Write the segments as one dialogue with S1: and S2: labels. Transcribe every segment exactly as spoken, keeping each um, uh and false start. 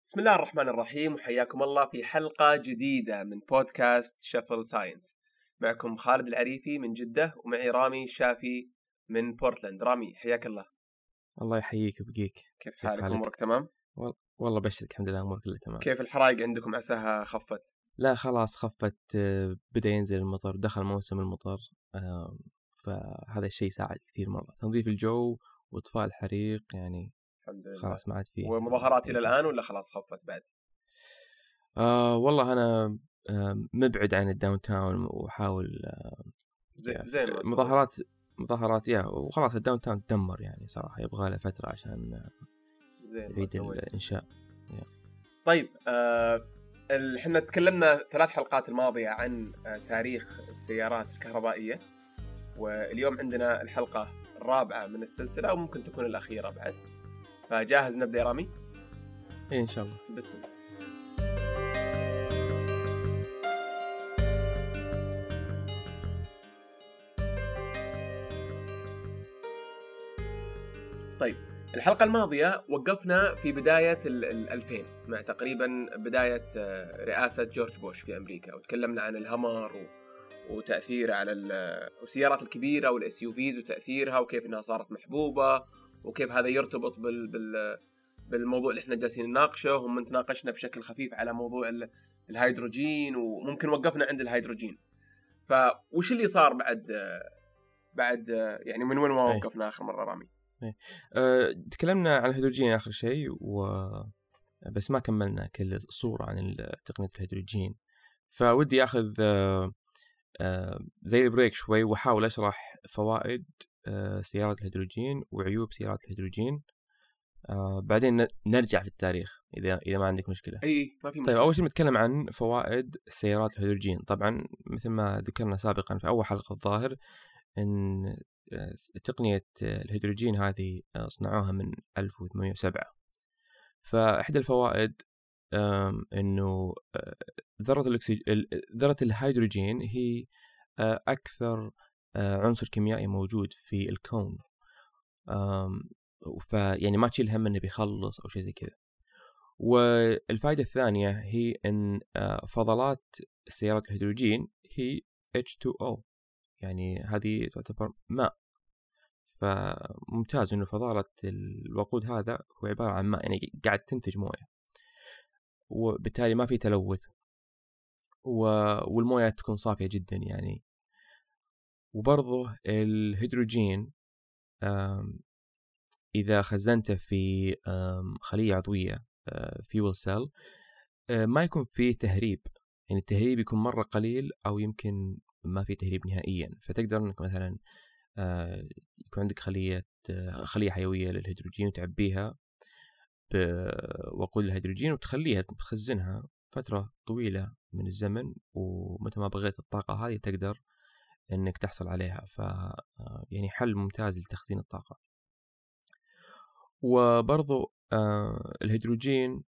S1: بسم الله الرحمن الرحيم، وحياكم الله في حلقة جديدة من بودكاست شفل ساينس. معكم خالد العريفي من جدة، ومعي رامي الشافي من بورتلاند. رامي حياك الله.
S2: الله يحييك وبقيك.
S1: كيف حالك؟ أمورك تمام؟
S2: والله بشرك الحمد لله أمورك كلها تمام.
S1: كيف الحرائق عندكم؟ عساها خفت؟
S2: لا خلاص خفت، بدأ ينزل المطر، دخل موسم المطر، فهذا الشيء ساعد كثير مرة تنظيف الجو وإطفاء الحريق. يعني
S1: الحمد لله.
S2: خلاص ما عاد فيه.
S1: ومظاهرات إلى الآن ولا خلاص خفت بعد؟
S2: آه والله أنا مبعد عن الداون تاون وحاول
S1: زي زي ما
S2: مظاهرات مظاهرات يا وخلاص الداون تاون تدمر، يعني صراحة يبغى له فترة عشان يعيد الإنشاء.
S1: طيب آه احنا تكلمنا ثلاث حلقات الماضية عن آه تاريخ السيارات الكهربائية، واليوم عندنا الحلقة الرابعة من السلسلة وممكن تكون الأخيرة بعد. فجاهز نبدأ يا رامي؟
S2: إيه إن شاء الله.
S1: بسم الله. طيب الحلقة الماضية وقفنا في بداية الألفين مع تقريبا بداية رئاسة جورج بوش في أمريكا، وتكلمنا عن الهامر وتأثيره على السيارات الكبيرة والإس يو فيز وتأثيرها وكيف إنها صارت محبوبة، وكيف هذا يرتبط بال بال بالموضوع اللي احنا جالسين نناقشه. ومن تناقشنا بشكل خفيف على موضوع الهيدروجين، وممكن وقفنا عند الهيدروجين. فوش اللي صار بعد بعد يعني من وين ما وقفنا آخر مرة رامي؟
S2: أه، تكلمنا عن الهيدروجين آخر شيء و... بس ما كملنا كل الصورة عن تقنية الهيدروجين، فودي أخذ أه أه زي البريك شوي وحاول أشرح فوائد أه سيارات الهيدروجين وعيوب سيارات الهيدروجين. أه بعدين نرجع في التاريخ إذا إذا ما عندك مشكلة.
S1: أي ما في مشكلة.
S2: طيب أول شيء نتكلم عن فوائد سيارات الهيدروجين. طبعا مثل ما ذكرنا سابقا في أول حلقة الظاهر إن تقنية الهيدروجين هذه صنعوها من ألف وثمانمائة وسبعة. فإحدى الفوائد إنه ذرة الأكسج... ذرة الهيدروجين هي أكثر عنصر كيميائي موجود في الكون، فيعني ما تشيل هم إنه بيخلص أو شيء زي كذا. والفائدة الثانية هي إن فضلات سيارات الهيدروجين هي إتش تو أو، يعني هذه تعتبر ماء، فممتاز إنه فضالة الوقود هذا هو عبارة عن ماء، يعني قاعد تنتج موية، وبالتالي ما في تلوث والموية تكون صافية جدا يعني. وبرضه الهيدروجين إذا خزنته في خلية عضوية فيول سيل ما يكون فيه تهريب، يعني التهريب يكون مرة قليل أو يمكن ما في تهريب نهائيا. فتقدر انك مثلا يكون عندك خلية خلية حيوية للهيدروجين وتعبيها بوقود الهيدروجين وتخليها تخزنها فترة طويلة من الزمن، ومتى ما بغيت الطاقة هذه تقدر انك تحصل عليها. ف يعني حل ممتاز لتخزين الطاقة. وبرضو الهيدروجين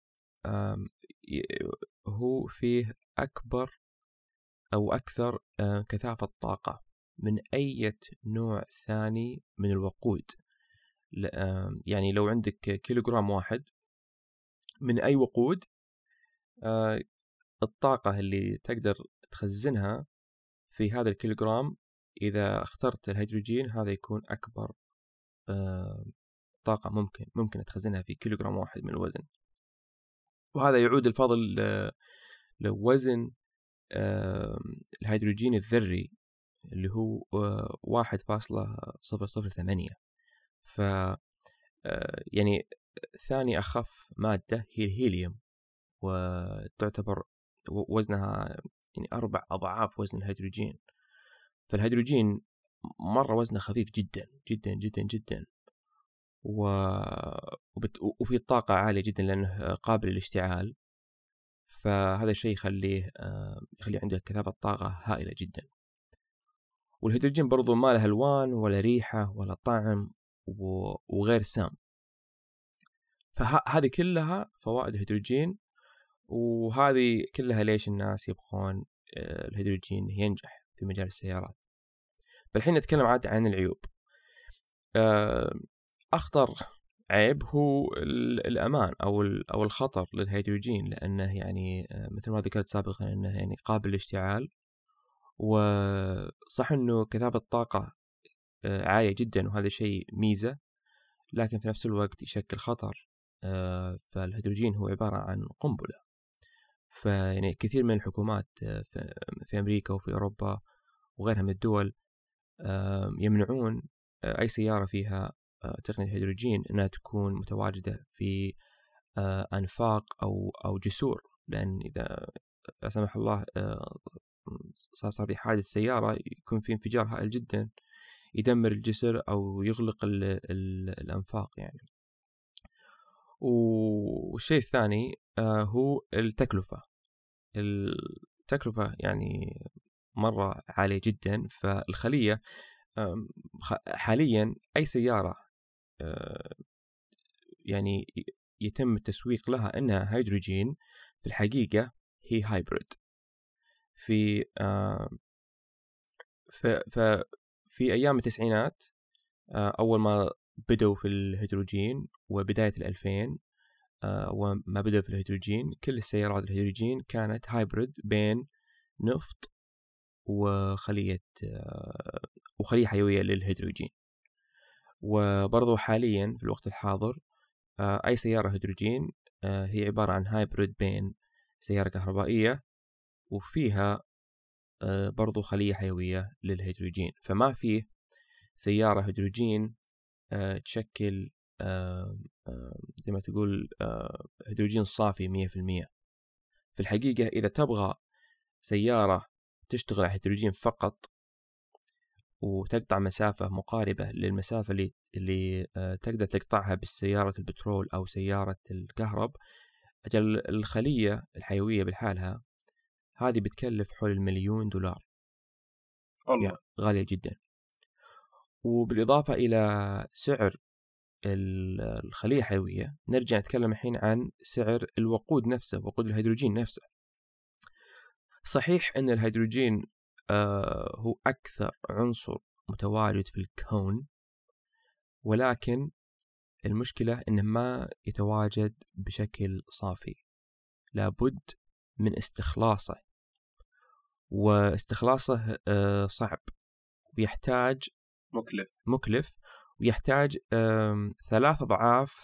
S2: هو فيه أكبر أو أكثر كثافة طاقة من أي نوع ثاني من الوقود. يعني لو عندك كيلوغرام واحد من أي وقود، الطاقة اللي تقدر تخزنها في هذا الكيلوغرام إذا اخترت الهيدروجين هذا يكون أكبر طاقة ممكن ممكن تخزنها في كيلوغرام واحد من الوزن. وهذا يعود الفضل لوزن الهيدروجين الذري اللي هو واحد فاصلة صفر صفر ثمانية. ف يعني ثاني أخف مادة هي الهيليوم، وتعتبر وزنها يعني أربع أضعاف وزن الهيدروجين. فالهيدروجين مرة وزنه خفيف جدا جدا جدا جدا، وفي طاقة عالية جدا لأنه قابل للاشتعال. فهذا الشيء يخليه يخلي عنده كثافة طاقة هائلة جدا. والهيدروجين برضو ما له ألوان ولا ريحة ولا طعم وغير سام. فهذه كلها فوائد الهيدروجين، وهذه كلها ليش الناس يبغون الهيدروجين ينجح في مجال السيارات. بالحين نتكلم عاد عن العيوب. أخطر عيب هو الأمان أو أو الخطر للهيدروجين، لأنه يعني مثل ما ذكرت سابقا أنه يعني قابل للاشتعال، وصح أنه كثافة الطاقة عالية جدا وهذا شيء ميزة، لكن في نفس الوقت يشكل خطر. فالهيدروجين هو عبارة عن قنبلة. فيعني كثير من الحكومات في أمريكا وفي أوروبا وغيرها من الدول يمنعون أي سيارة فيها تقنية الهيدروجين أنها تكون متواجدة في أنفاق أو أو جسور، لأن إذا لا سمح الله صار صار في حادث سيارة يكون في انفجار هائل جدا يدمر الجسر أو يغلق ال ال الأنفاق يعني. والشيء الثاني هو التكلفة. التكلفة يعني مرة عالية جدا. فالخلية حاليا أي سيارة يعني يتم التسويق لها أنها هيدروجين، في الحقيقة هي هايبريد. في في أيام التسعينات أول ما بدأوا في الهيدروجين وبداية الألفين وما بدأوا في الهيدروجين، كل السيارات الهيدروجين كانت هايبريد بين نفط وخلية وخلية حيوية للهيدروجين. وبرضو حاليا في الوقت الحاضر أي سيارة هيدروجين هي عبارة عن هايبريد بين سيارة كهربائية وفيها برضو خلية حيوية للهيدروجين. فما فيه سيارة هيدروجين تشكل زي ما تقول هيدروجين صافي مية في المية. في الحقيقة إذا تبغى سيارة تشتغل على هيدروجين فقط وتقطع مسافة مقاربة للمسافة اللي اللي تقدر تقطعها بالسيارة البترول أو سيارة الكهرب، أجل الخلية الحيوية بالحالها هذه بتكلف حول المليون دولار.
S1: يعني
S2: غالية جدا. وبالإضافة إلى سعر الخلية الحيوية نرجع نتكلم الحين عن سعر الوقود نفسه، وقود الهيدروجين نفسه. صحيح أن الهيدروجين آه هو أكثر عنصر متواجد في الكون، ولكن المشكلة أنه ما يتواجد بشكل صافي، لابد من استخلاصه، واستخلاصه آه صعب ويحتاج
S1: مكلف
S2: مكلف ويحتاج ثلاث أضعاف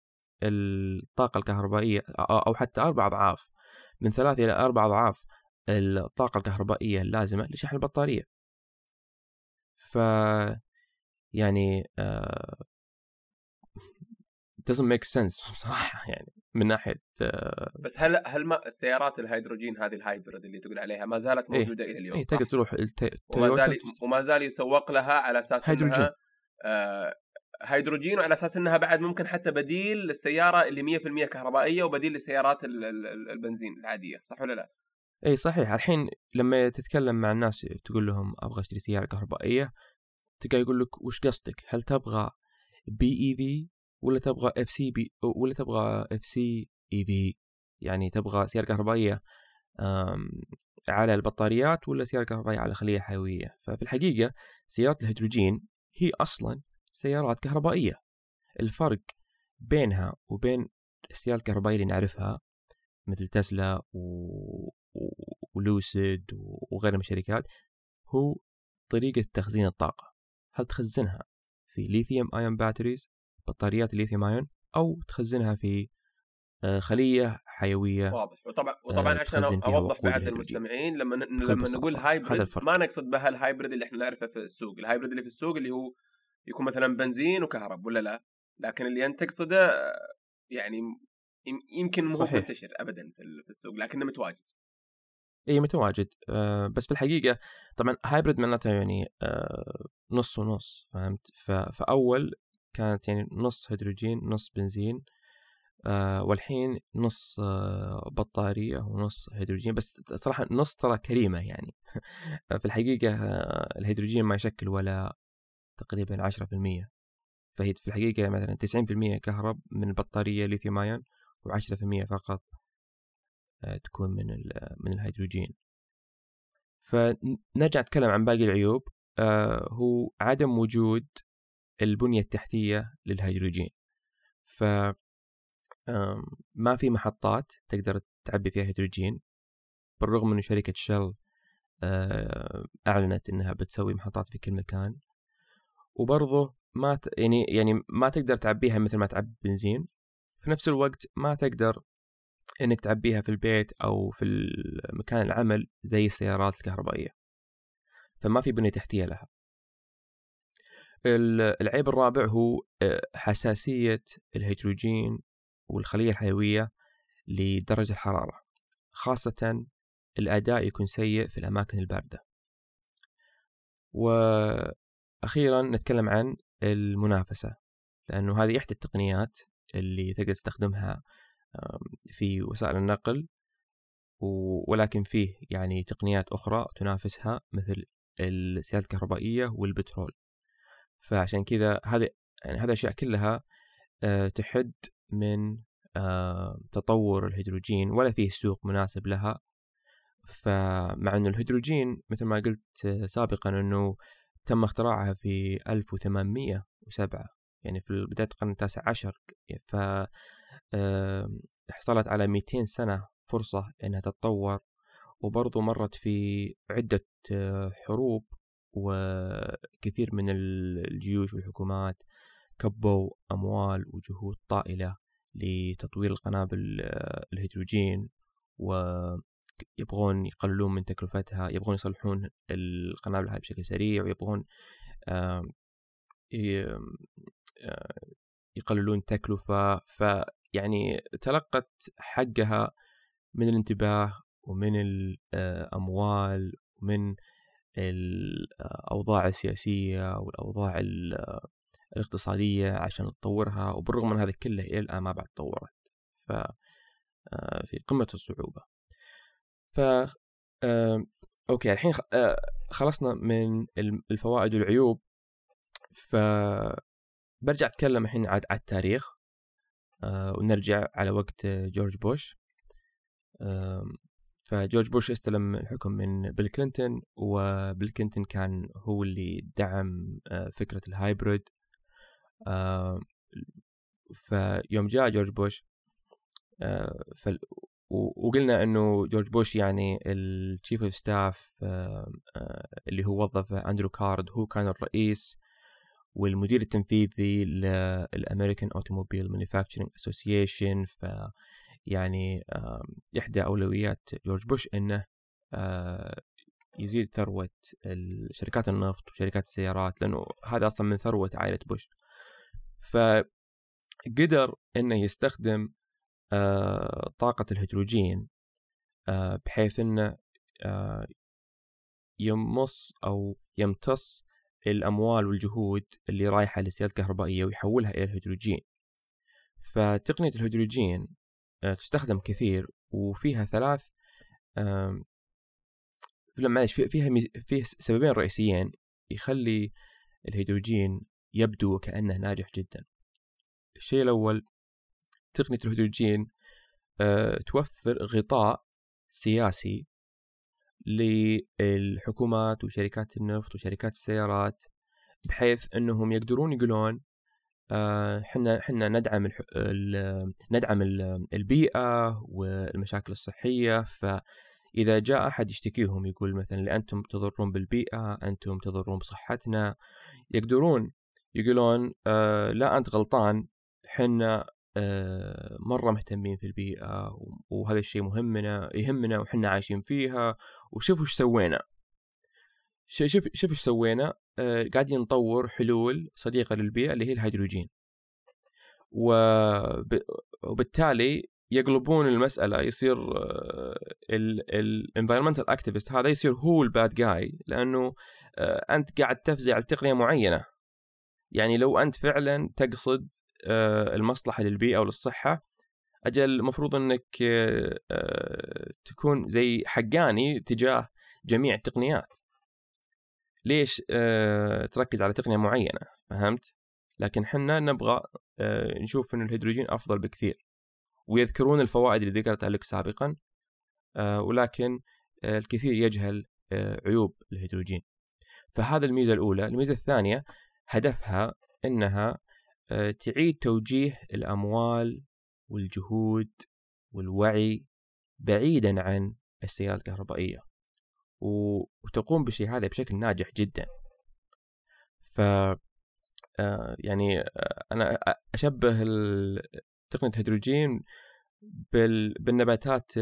S2: الطاقة الكهربائية أو حتى أربع أضعاف، من ثلاث إلى أربع أضعاف الطاقة الكهربائية اللازمة لشحن البطارية. ف يعني uh, doesn't make sense بصراحة يعني من ناحية uh...
S1: بس هل هل ما السيارات الهيدروجين هذه الهايبرد اللي تقول عليها ما زالت موجودة إيه؟ إلى اليوم؟
S2: إيه تقدر تروح الت...
S1: وما زال وما زال يسوق لها على أساس
S2: هيدروجين.
S1: إنها آه هيدروجين، وعلى أساس إنها بعد ممكن حتى بديل للسيارة اللي مية في المية كهربائية وبديل لسيارات البنزين العادية، صح ولا لا؟
S2: اي صحيح. الحين لما تتكلم مع الناس تقول لهم ابغى اشتري سياره كهربائيه، تلقى يقول لك وش قصدك؟ هل تبغى بي اي في ولا تبغى اف سي بي ولا تبغى اف سي اي بي؟ يعني تبغى سياره كهربائيه على البطاريات ولا سياره كهربائيه على خليه حيويه؟ ففي الحقيقه سيارات الهيدروجين هي اصلا سيارات كهربائيه. الفرق بينها وبين السيارات الكهربائيه اللي نعرفها مثل تسلا و ولوسيد وغيرها من الشركات هو طريقة تخزين الطاقة. هل تخزنها في ليثيوم ايون باتريز، بطاريات الليثيوم ايون، أو تخزنها في خلية حيوية؟
S1: واضح. وطبعا وطبعا عشان أوضح بعد المستمعين، لما لما نقول هايبريد ما نقصد بها الهايبريد اللي احنا نعرفه في السوق. الهايبريد اللي في السوق اللي هو يكون مثلا بنزين وكهرب ولا لا، لكن اللي أنت تقصده يعني يمكن مو منتشر أبدا في السوق لكنه متواجد.
S2: اي متواجد. أه بس في الحقيقة طبعا هايبريد معناته يعني أه نص ونص، فهمت؟ فأول كانت يعني نص هيدروجين نص بنزين، أه والحين نص أه بطارية ونص هيدروجين. بس صراحة نص ترى كريمة يعني. في الحقيقة أه الهيدروجين ما يشكل ولا تقريبا عشرة في المية، فهي في الحقيقة مثلا تسعين في المية كهرب من البطارية ليثيوم ايون وعشرة في المية فقط تكون من من الهيدروجين. فنرجع نتكلم عن باقي العيوب. آه هو عدم وجود البنية التحتية للهيدروجين. ف ما في محطات تقدر تعبي فيها هيدروجين، بالرغم أن شركة شل أعلنت أنها بتسوي محطات في كل مكان. وبرضه ما ت... يعني يعني ما تقدر تعبيها مثل ما تعبي بنزين، في نفس الوقت ما تقدر انك تعبيها في البيت او في مكان العمل زي السيارات الكهربائية، فما في بنية تحتية لها. العيب الرابع هو حساسية الهيدروجين والخلية الحيوية لدرجة الحرارة، خاصة الأداء يكون سيء في الأماكن الباردة. وأخيرا نتكلم عن المنافسة، لأنه هذه إحدى التقنيات اللي تقدر تستخدمها في وسائل النقل، ولكن فيه يعني تقنيات أخرى تنافسها مثل السيارات الكهربائية والبترول. فعشان كذا هذه يعني هذه الأشياء كلها تحد من تطور الهيدروجين، ولا فيه سوق مناسب لها. فمع أن الهيدروجين مثل ما قلت سابقا أنه تم اختراعها في ألف وثمانمئة وسبعة، يعني في بداية القرن التاسع عشر، ف حصلت على مئتين سنة فرصة أنها تتطور، وبرضو مرت في عدة حروب، وكثير من الجيوش والحكومات كبوا أموال وجهود طائلة لتطوير القنابل الهيدروجين، ويبغون يقللون من تكلفتها، يبغون يصلحون القنابل هاي بشكل سريع، ويبغون يقللون تكلفة. فيعني تلقت حقها من الانتباه ومن الأموال ومن الأوضاع السياسية والأوضاع الاقتصادية عشان تطورها، وبالرغم من هذا كله إلى الآن ما بعد تطورت، ففي قمة الصعوبة. ف أوكي الحين خلصنا من الفوائد والعيوب، فبرجع أتكلم الحين عن التاريخ، ونرجع على وقت جورج بوش. فجورج بوش استلم الحكم من بيل كلينتون، وبيل كلينتون كان هو اللي دعم فكرة الهايبريد. فيوم جاء جورج بوش وقلنا انه جورج بوش يعني الشيف اوف ستاف اللي هو وظفه اندرو كارد، هو كان الرئيس والمدير التنفيذي للأمريكان أوتوموبيل مانيفاكتشرينج أسوسيشن. ف يعني إحدى أولويات جورج بوش إنه يزيد ثروة شركات النفط وشركات السيارات، لأنه هذا أصلا من ثروة عائلة بوش. فقدر إنه يستخدم طاقة الهيدروجين بحيث إنه يمص أو يمتص الأموال والجهود اللي رايحة للسيارات الكهربائية ويحولها إلى الهيدروجين. فتقنية الهيدروجين تستخدم كثير، وفيها ثلاث معلش فيها فيه سببين رئيسيين يخلي الهيدروجين يبدو كأنه ناجح جدا. الشيء الأول، تقنية الهيدروجين توفر غطاء سياسي للحكومات وشركات النفط وشركات السيارات، بحيث أنهم يقدرون يقولون حنا حنا ندعم ندعم البيئة والمشاكل الصحية. فإذا جاء أحد يشتكيهم يقول مثلا لأنتم تضرون بالبيئة، أنتم تضرون بصحتنا، يقدرون يقولون لا أنت غلطان، حنا مرة مهتمين في البيئة وهذا الشيء مهمنا يهمنا وحنا عايشين فيها، وشوفوا ايش سوينا شوف شوف ايش سوينا آه قاعدين نطور حلول صديقة للبيئة اللي هي الهيدروجين. وبالتالي يقلبون المسألة، يصير الانفايرمنتال اكتيفيست هذا يصير هو الباد جاي، لأنه آه أنت قاعد تفزع على تقنية معينة. يعني لو أنت فعلا تقصد آه المصلحة للبيئة وللصحة، أجل مفروض أنك آه تكون زي حقاني تجاه جميع التقنيات. ليش آه تركز على تقنية معينة؟ فهمت؟ لكن حنا نبغى آه نشوف أن الهيدروجين أفضل بكثير، ويذكرون الفوائد اللي ذكرتها لك سابقا، آه ولكن آه الكثير يجهل آه عيوب الهيدروجين. فهذا الميزة الأولى. الميزة الثانية هدفها أنها تعيد توجيه الأموال والجهود والوعي بعيدا عن السيارات الكهربائية، وتقوم بالشيء هذا بشكل ناجح جدا. ف يعني أنا أشبه تقنية الهيدروجين بالنباتات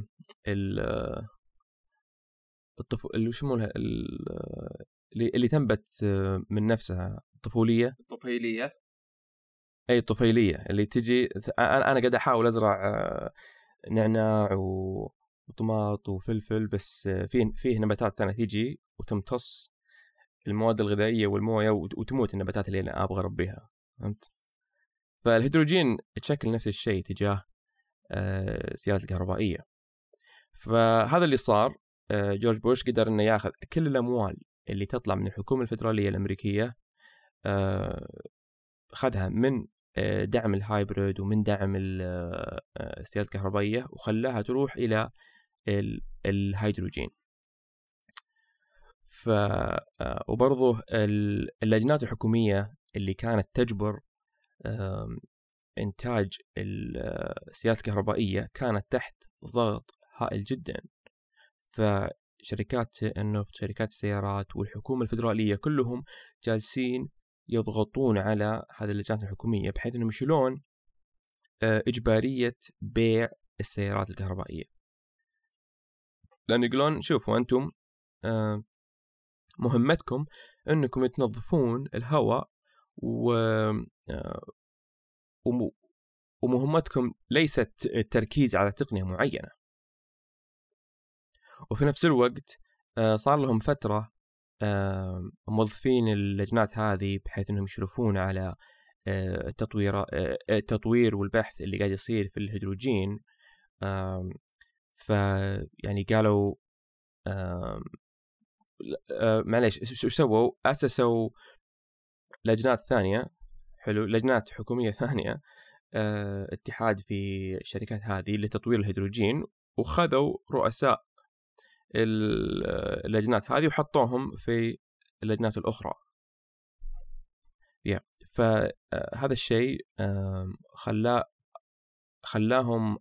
S2: الطف... اللي يسمونها اللي... اللي تنبت من نفسها، الطفولية
S1: الطفيلية
S2: أي الطفيلية اللي تجي. أنا أنا قاعد أحاول أزرع نعناع وطماط وفلفل، بس فيه فيه نباتات ثانية تيجي وتمتص المواد الغذائية والموية وتموت النباتات اللي أنا أبغى أربيها. فهمت؟ فالهيدروجين تشكل نفس الشيء تجاه السيارات الكهربائية. فهذا اللي صار. جورج بوش قدر إنه يأخذ كل الأموال اللي تطلع من الحكومة الفيدرالية الأمريكية، أخذها من دعم الهايبريد ومن دعم السيارات الكهربائية وخلاها تروح إلى الهيدروجين. ف وبرضه اللجنات الحكومية اللي كانت تجبر إنتاج السيارات الكهربائية كانت تحت ضغط هائل جدا. فشركات النفط، شركات السيارات والحكومة الفيدرالية كلهم جالسين يضغطون على هذه اللجنات الحكومية بحيث أنهم يشيلون إجبارية بيع السيارات الكهربائية، لأن يقولون شوفوا أنتم مهمتكم أنكم تنظفون الهواء و ومهمتكم ليست التركيز على تقنية معينة. وفي نفس الوقت صار لهم فترة موظفين اللجنات هذه بحيث أنهم يشرفون على التطوير التطوير والبحث اللي قاعد يصير في الهيدروجين. فيعني قالوا معليش شو سووا؟ أسسوا لجنات ثانية، حلو، لجنات حكومية ثانية، اتحاد في الشركات هذه لتطوير الهيدروجين، وخذوا رؤساء اللجنات هذه وحطوهم في اللجنات الأخرى. yeah. فهذا الشيء خلا خلاهم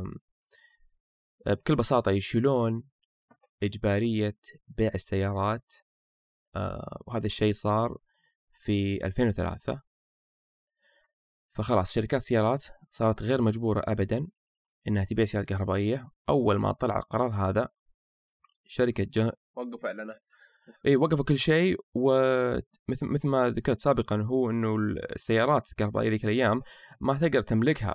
S2: بكل بساطة يشيلون إجبارية بيع السيارات، وهذا الشيء صار في ألفين وثلاثة. فخلاص شركات السيارات صارت غير مجبورة أبدا إنها تبيع سيارات كهربائية. أول ما طلع القرار هذا شركة جن...
S1: وقفوا إعلانات.
S2: إيه وقفوا كل شيء. ومثل مثل ما ذكرت سابقا هو إنه السيارات الكهربائية ذيك الأيام ما تقدر تملكها،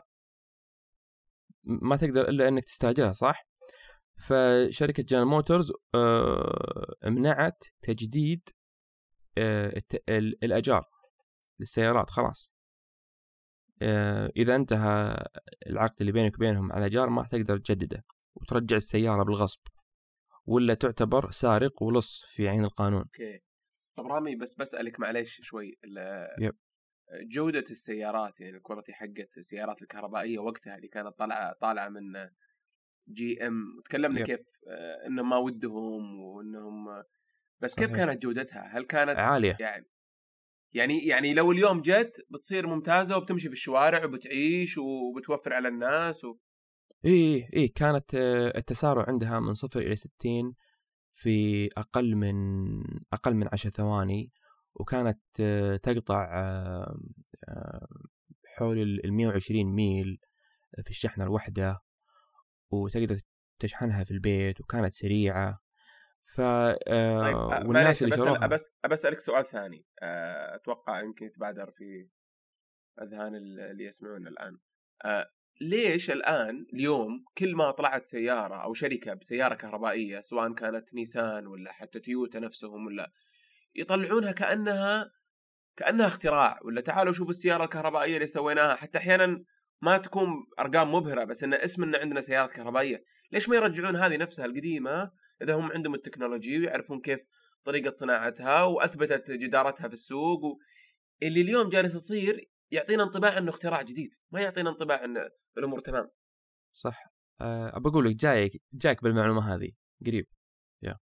S2: ما تقدر إلا إنك تستأجرها، صح؟ فشركة جنرال موتورز منعت تجديد الأجار للسيارات. خلاص إذا انتهى العقد اللي بينك وبينهم على أجار ما تقدر تجدده وترجع السيارة بالغصب، ولا تعتبر سارق ولص في عين القانون.
S1: اوكي. طب رامي بس بسألك معليش شوي،
S2: يب.
S1: جودة السيارات يعني الكواليتي حقت السيارات الكهربائية وقتها اللي كانت طالعة طالعة من جي ام، تكلمنا يب. كيف انهم ما ودهم وانهم بس كيف صحيح. كانت جودتها؟ هل كانت
S2: عالية؟
S1: يعني يعني يعني لو اليوم جت بتصير ممتازة وبتمشي في الشوارع وبتعيش وبتوفر على الناس و...
S2: إيه إيه كانت التسارع عندها من صفر إلى ستين في أقل من أقل من عشر ثواني، وكانت تقطع حول المية وعشرين ميل في الشحنة الواحدة، وتقدر تشحنها في البيت، وكانت سريعة. ف
S1: طيب والناس اللي شروها بس أسألك سؤال ثاني أتوقع يمكن يتبادر في أذهان اللي يسمعون الآن. أه ليش الآن اليوم كل ما طلعت سيارة أو شركة بسيارة كهربائية سواء كانت نيسان ولا حتى تويوتا نفسهم ولا يطلعونها كأنها كأنها اختراع، ولا تعالوا شوفوا السيارة الكهربائية اللي سويناها، حتى أحيانا ما تكون أرقام مبهرة بس إن اسم إن عندنا سيارات كهربائية. ليش ما يرجعون هذه نفسها القديمة إذا هم عندهم التكنولوجيا ويعرفون كيف طريقة صناعتها وأثبتت جدارتها في السوق و... اللي اليوم جالس يصير يعطينا انطباع انه اختراع جديد، ما يعطينا انطباع ان الامور تمام.
S2: صح. أه ابى اقول لك جايك جايك بالمعلومه هذه قريب. يا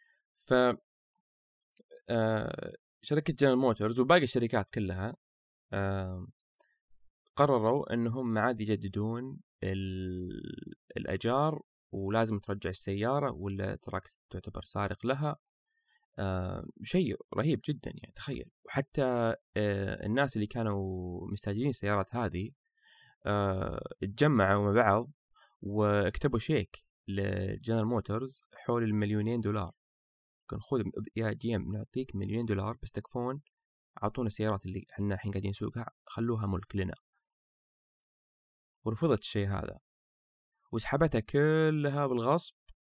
S2: ف أه شركه جنرال موتورز وباقي الشركات كلها آه قرروا أنهم ما عاد يجددون الأجار، ولازم ترجع السيارة ولا تراك تعتبر سارق لها. آه شيء رهيب جدا يعني، تخيل. وحتى آه الناس اللي كانوا مستاجرين السيارات هذه آه اتجمعوا مع بعض واكتبوا شيك لجنرال موتورز حول المليونين دولار. كان خذ يا جي ام نعطيك مليون دولار بس تكفون اعطونا السيارات اللي احنا الحين قاعدين نسوقها، خلوها ملك لنا. ورفضت الشيء هذا وسحبتها كلها بالغصب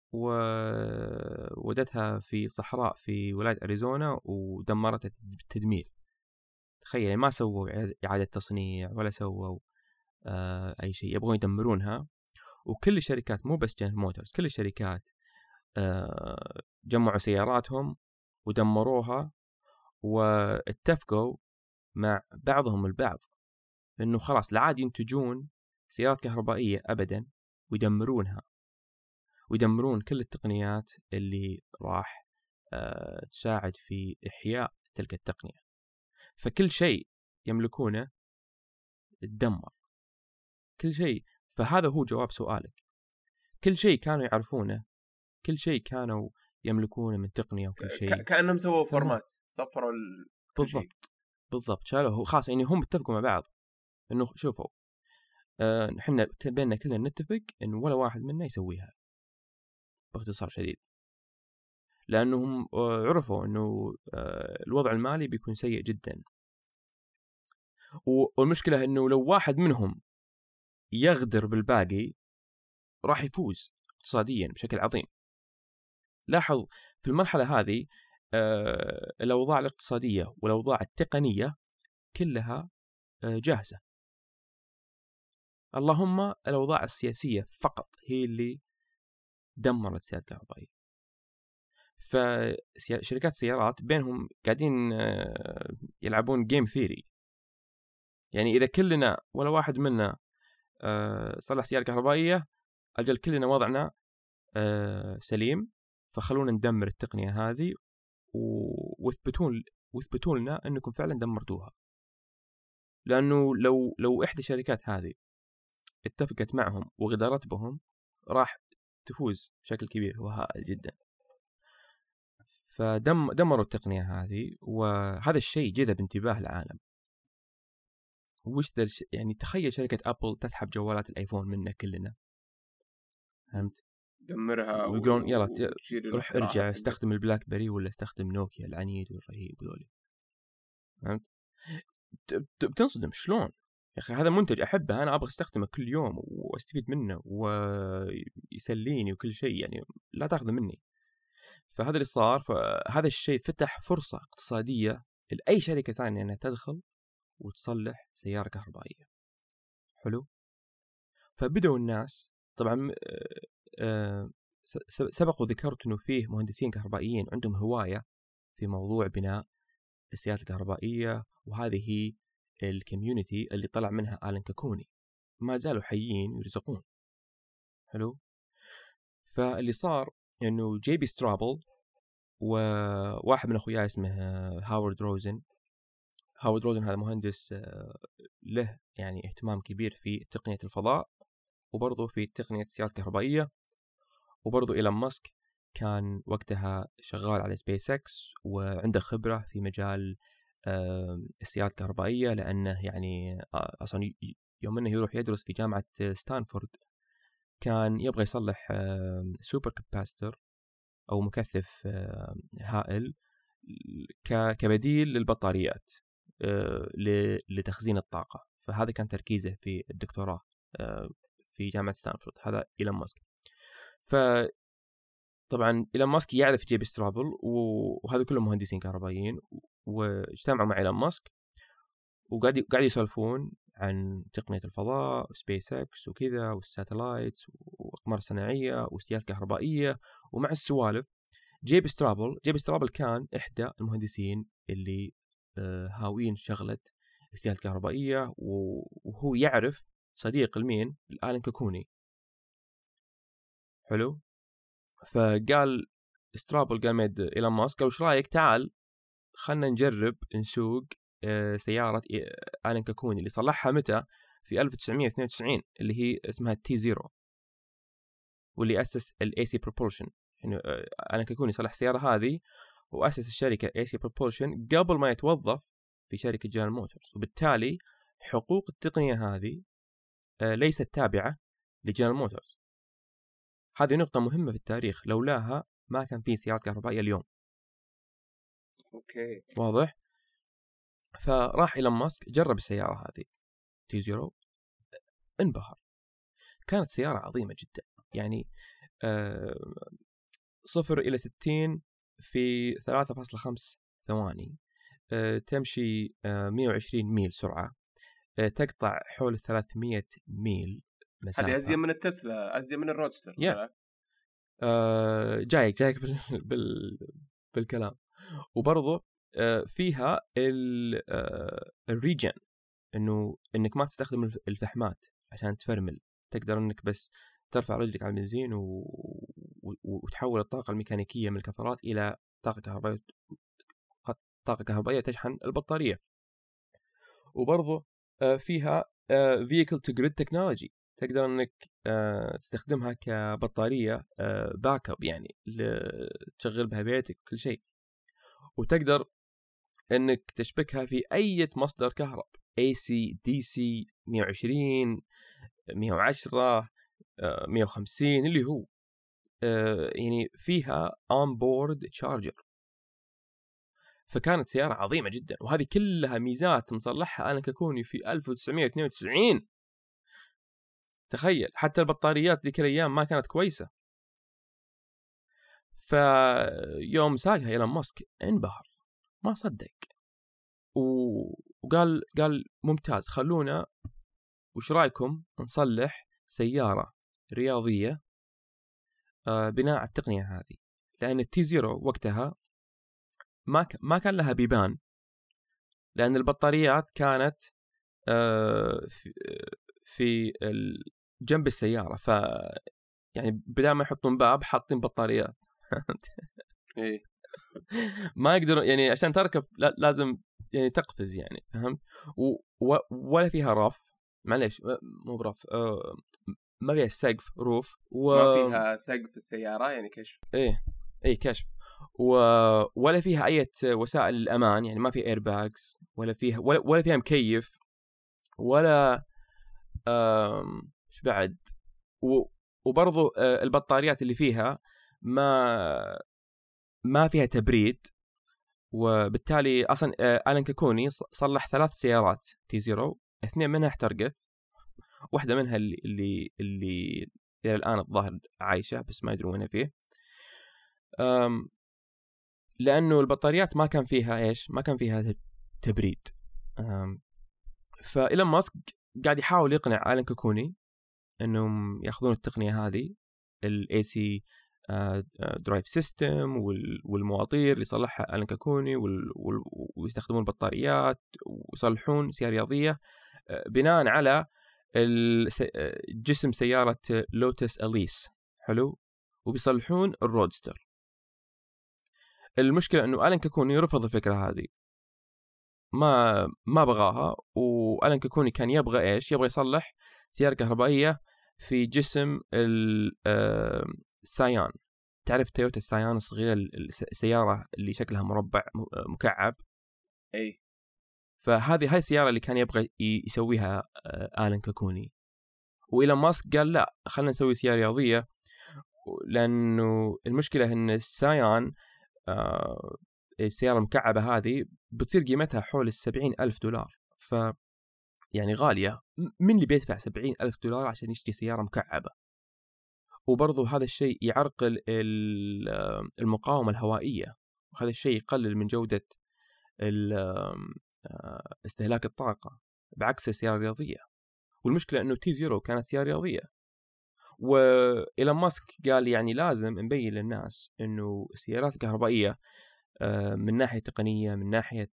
S2: وودتها في صحراء في ولاية أريزونا ودمرتها بالتدمير. تخيل يعني ما سووا إعادة تصنيع ولا سووا آه أي شيء، يبغون يدمرونها. وكل الشركات مو بس جنرال موتورز، كل الشركات آه جمعوا سياراتهم ودمروها، واتفقوا مع بعضهم البعض إنه خلاص لا عاد ينتجون سيارات كهربائية أبدا، ويدمرونها ويدمرون كل التقنيات اللي راح أه تساعد في إحياء تلك التقنية. فكل شيء يملكونه تدمر، كل شيء. فهذا هو جواب سؤالك، كل شيء كانوا يعرفونه، كل شيء كانوا يملكونه من تقنية وكل شيء
S1: كأنهم سووا فورمات، صفروا ال...
S2: بالضبط بالضبط شالوه خاص. يعني هم اتفقوا مع بعض إنه شوفوا أه نحن بيننا كلنا نتفق إنه ولا واحد منا يسويها، باختصار شديد. لأنهم عرفوا أنه الوضع المالي بيكون سيء جدا، والمشكلة أنه لو واحد منهم يغدر بالباقي راح يفوز اقتصاديا بشكل عظيم. لاحظ في المرحلة هذه الأوضاع الاقتصادية والأوضاع التقنية كلها جاهزة، اللهم الأوضاع السياسية فقط هي اللي دمرت السيارات الكهربائية. فشركات السيارات بينهم قاعدين يلعبون جيم ثيري، يعني إذا كلنا ولا واحد منا صلح سيارة كهربائية أجل كلنا وضعنا سليم، فخلونا ندمر التقنية هذه واثبتون واثبتون لنا أنكم فعلا دمرتوها. لأنه لو لو إحدى الشركات هذه اتفقت معهم وغدرت بهم راح تفوز بشكل كبير وهائل جدا. فدم دمروا التقنية هذه، وهذا الشيء جذب انتباه العالم. وش ذا يعني تخيل شركة أبل تسحب جوالات الآيفون منا كلنا، فهمت؟
S1: دمرها
S2: ويقولون يلا روح ارجع استخدم البلاك بيري ولا استخدم نوكيا العنيد والرهيب ذولي، فهمت؟ بتنصدم شلون يا أخي، هذا منتج أحبه أنا أبغى استخدمه كل يوم واستفيد منه ويسليني وكل شيء، يعني لا تأخذ مني. فهذا اللي صار. فهذا الشيء فتح فرصة اقتصادية لأي شركة ثانية أنها تدخل وتصلح سيارة كهربائية. حلو. فبدأوا الناس طبعا سبق وذكرت أنه فيه مهندسين كهربائيين عندهم هواية في موضوع بناء السيارات الكهربائية، وهذه هي الكوميونتي اللي طلع منها آلان كوكوني، ما زالوا حيين ويرزقون. حلو. فاللي صار انه جي بي سترابل وواحد من اخوياه اسمه هاورد روزن. هاورد روزن هذا مهندس له يعني اهتمام كبير في تقنية الفضاء وبرضه في تقنية السيارات الكهربائية، وبرضه إيلون ماسك كان وقتها شغال على سبيس اكس وعنده خبرة في مجال السيارات الكهربائية، لأنه يعني أصلا يوم أنه يروح يدرس في جامعة ستانفورد كان يبغى يصلح سوبر كاباستر أو مكثف هائل كبديل للبطاريات لتخزين الطاقة. فهذا كان تركيزه في الدكتوراه في جامعة ستانفورد، هذا إيلون ماسك. فطبعا إيلون ماسك يعرف جي بي سترابل وهذا كلهم مهندسين كهربائيين، واجتمعوا مع إيلون ماسك وقاعد قاعد يسولفون عن تقنية الفضاء وسبيس اكس وكذا والساتلايتس والأقمار الصناعية والسيارات الكهربائية. ومع السوالف جي بي سترابل جي بي سترابل كان إحدى المهندسين اللي هاوين شغلة السيارات الكهربائية، وهو يعرف صديق المين الآلان كوكوني. حلو. فقال سترابل قال ميد إيلون ماسك قال وش رأيك تعال خلنا نجرب نسوق سيارة آلان كاكوني اللي صلحها متى في ألف وتسعمية واثنين وتسعين اللي هي اسمها تي زيرو، واللي أسس ال إيه سي Propulsion. يعني آلان كاكوني صلح السيارة هذه وأسس الشركة إيه سي Propulsion قبل ما يتوظف في شركة جنرال موتورز، وبالتالي حقوق التقنية هذه ليست تابعة لجنرال موتورز. هذه نقطة مهمة في التاريخ، لولاها ما كان في سيارات كهربائية اليوم.
S1: أوكي
S2: واضح؟ فراح إيلون ماسك جرب السيارة هذه تي زيرو، انبهر. كانت سيارة عظيمة جدا، يعني آه صفر إلى ستين في ثلاثة فاصلة خمسة ثواني، آه تمشي آه مية وعشرين ميل سرعة، آه تقطع حول ثلاثمية ميل مسافة.
S1: هذه أزين من التسلا، أزين من الرودستر.
S2: yeah. آه جايك جايك بال... بال... بالكلام. وبرضه آه فيها الريجن، انه انك ما تستخدم الفحمات عشان تفرمل، تقدر انك بس ترفع رجلك على البنزين و... و... وتحول الطاقة الميكانيكية من الكفرات الى طاقة كهربائية، طاقة كهربائية تشحن البطارية. وبرضه آه فيها آه vehicle to grid technology، تقدر انك آه تستخدمها كبطارية آه باك اب، يعني تشغل بها بيتك وكل شيء، وتقدر انك تشبكها في اي مصدر كهرب، إيه سي دي سي مية وعشرين مية وعشرة آه مية وخمسين اللي هو آه يعني فيها on board charger. فكانت سيارة عظيمة جدا، وهذه كلها ميزات مصلحها آلان كاكوني في ألف وتسعمية واثنين وتسعين. تخيل حتى البطاريات ذيك الأيام ما كانت كويسة. فيوم ساقها إيلون ماسك انبهر، ما صدق، وقال قال ممتاز، خلونا وش رأيكم نصلح سيارة رياضية بناء على التقنية هذه. لأن التي زيرو وقتها ما ما كان لها بيبان، لأن البطاريات كانت في جنب السيارة، ف يعني بدل ما يحطون باب حاطين بطاريات.
S1: إيه
S2: ما يقدرون يعني عشان تركب لازم يعني تقفز، يعني فهمت؟ و... ولا فيها رف، معليش مو برف، أه... ما فيها سقف روف، و...
S1: ما فيها سقف السيارة يعني كشف.
S2: ايه ايه كشف، و... ولا فيها اي وسائل الامان، يعني ما في اير باجز، ولا فيها ولا, ولا فيها مكيف، ولا أم... ايش بعد، و... وبرضو البطاريات اللي فيها ما ما فيها تبريد. وبالتالي اصلا آلان كاكوني صلح ثلاث سيارات تي زيرو، اثنين منها احترقت، واحده منها اللي اللي اللي الى الان الظاهر عايشه بس ما يدرون وين فيه، أم لانه البطاريات ما كان فيها ايش ما كان فيها تبريد. أم فإيلون ماسك قاعد يحاول يقنع آلان كاكوني انهم ياخذون التقنيه هذه الاي سي درايف سيستم والمواطير اللي صلحها آلان كاكوني ويستخدمون البطاريات ويصلحون سيارة رياضية بناء على جسم سيارة لوتس أليس. حلو. وبيصلحون الرودستر. المشكلة أنه آلان كاكوني رفض الفكرة هذه، ما ما بغاها. وآلان كاكوني كان يبغى إيش؟ يبغى يصلح سيارة كهربائية في جسم السايان. تعرف تويوتا السايان الصغيرة، السيارة اللي شكلها مربع مكعب؟
S1: أي.
S2: فهذه هاي السيارة اللي كان يبغى يسويها آلان كاكوني. وإيلون ماسك قال لا، خلنا نسوي سيارة رياضية، لأنه المشكلة إن السايان آه السيارة المكعبة هذه بتصير قيمتها حول السبعين ألف دولار، ف يعني غالية. من اللي بيدفع سبعين ألف دولار عشان يشتري سيارة مكعبة؟ وبرضو هذا الشيء يعرقل المقاومة الهوائية، وهذا الشيء يقلل من جودة استهلاك الطاقة بعكس السيارة الرياضية. والمشكلة أنه تي زيرو كانت سيارة رياضية، وإيلون ماسك قال يعني لازم نبين للناس أنه السيارات الكهربائية من ناحية تقنية، من ناحية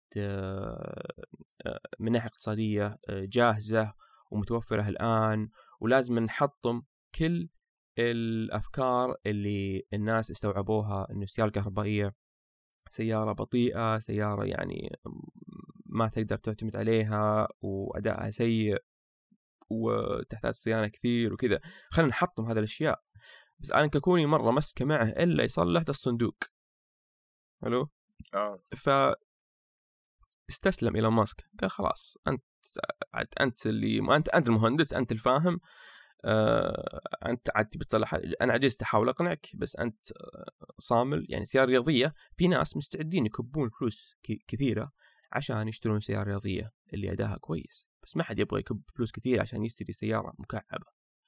S2: من ناحية اقتصادية جاهزة ومتوفرة الآن، ولازم نحطم كل الأفكار اللي الناس استوعبوها أنه السيارة الكهربائية سيارة بطيئة، سيارة يعني ما تقدر تعتمد عليها وأدائها سيء وتحتاج صيانة كثير وكذا. خلينا نحطم هذه الأشياء. بس ألان كاكوني مرة مسك معه إلا يصلح ده الصندوق. حلو.
S1: آه.
S2: ف استسلم إلى ماسك، قال خلاص أنت أنت اللي أنت أنت المهندس، أنت الفاهم، آه، أنت عاد بتصلح. أنا عجزت أحاول أقنعك بس أنت صامل. يعني سيارة رياضية في ناس مستعدين يكبون فلوس كثيرة عشان يشترون سيارة رياضية اللي أداها كويس، بس ما حد يبغى يكب فلوس كثيرة عشان يشتري سيارة مكعبة.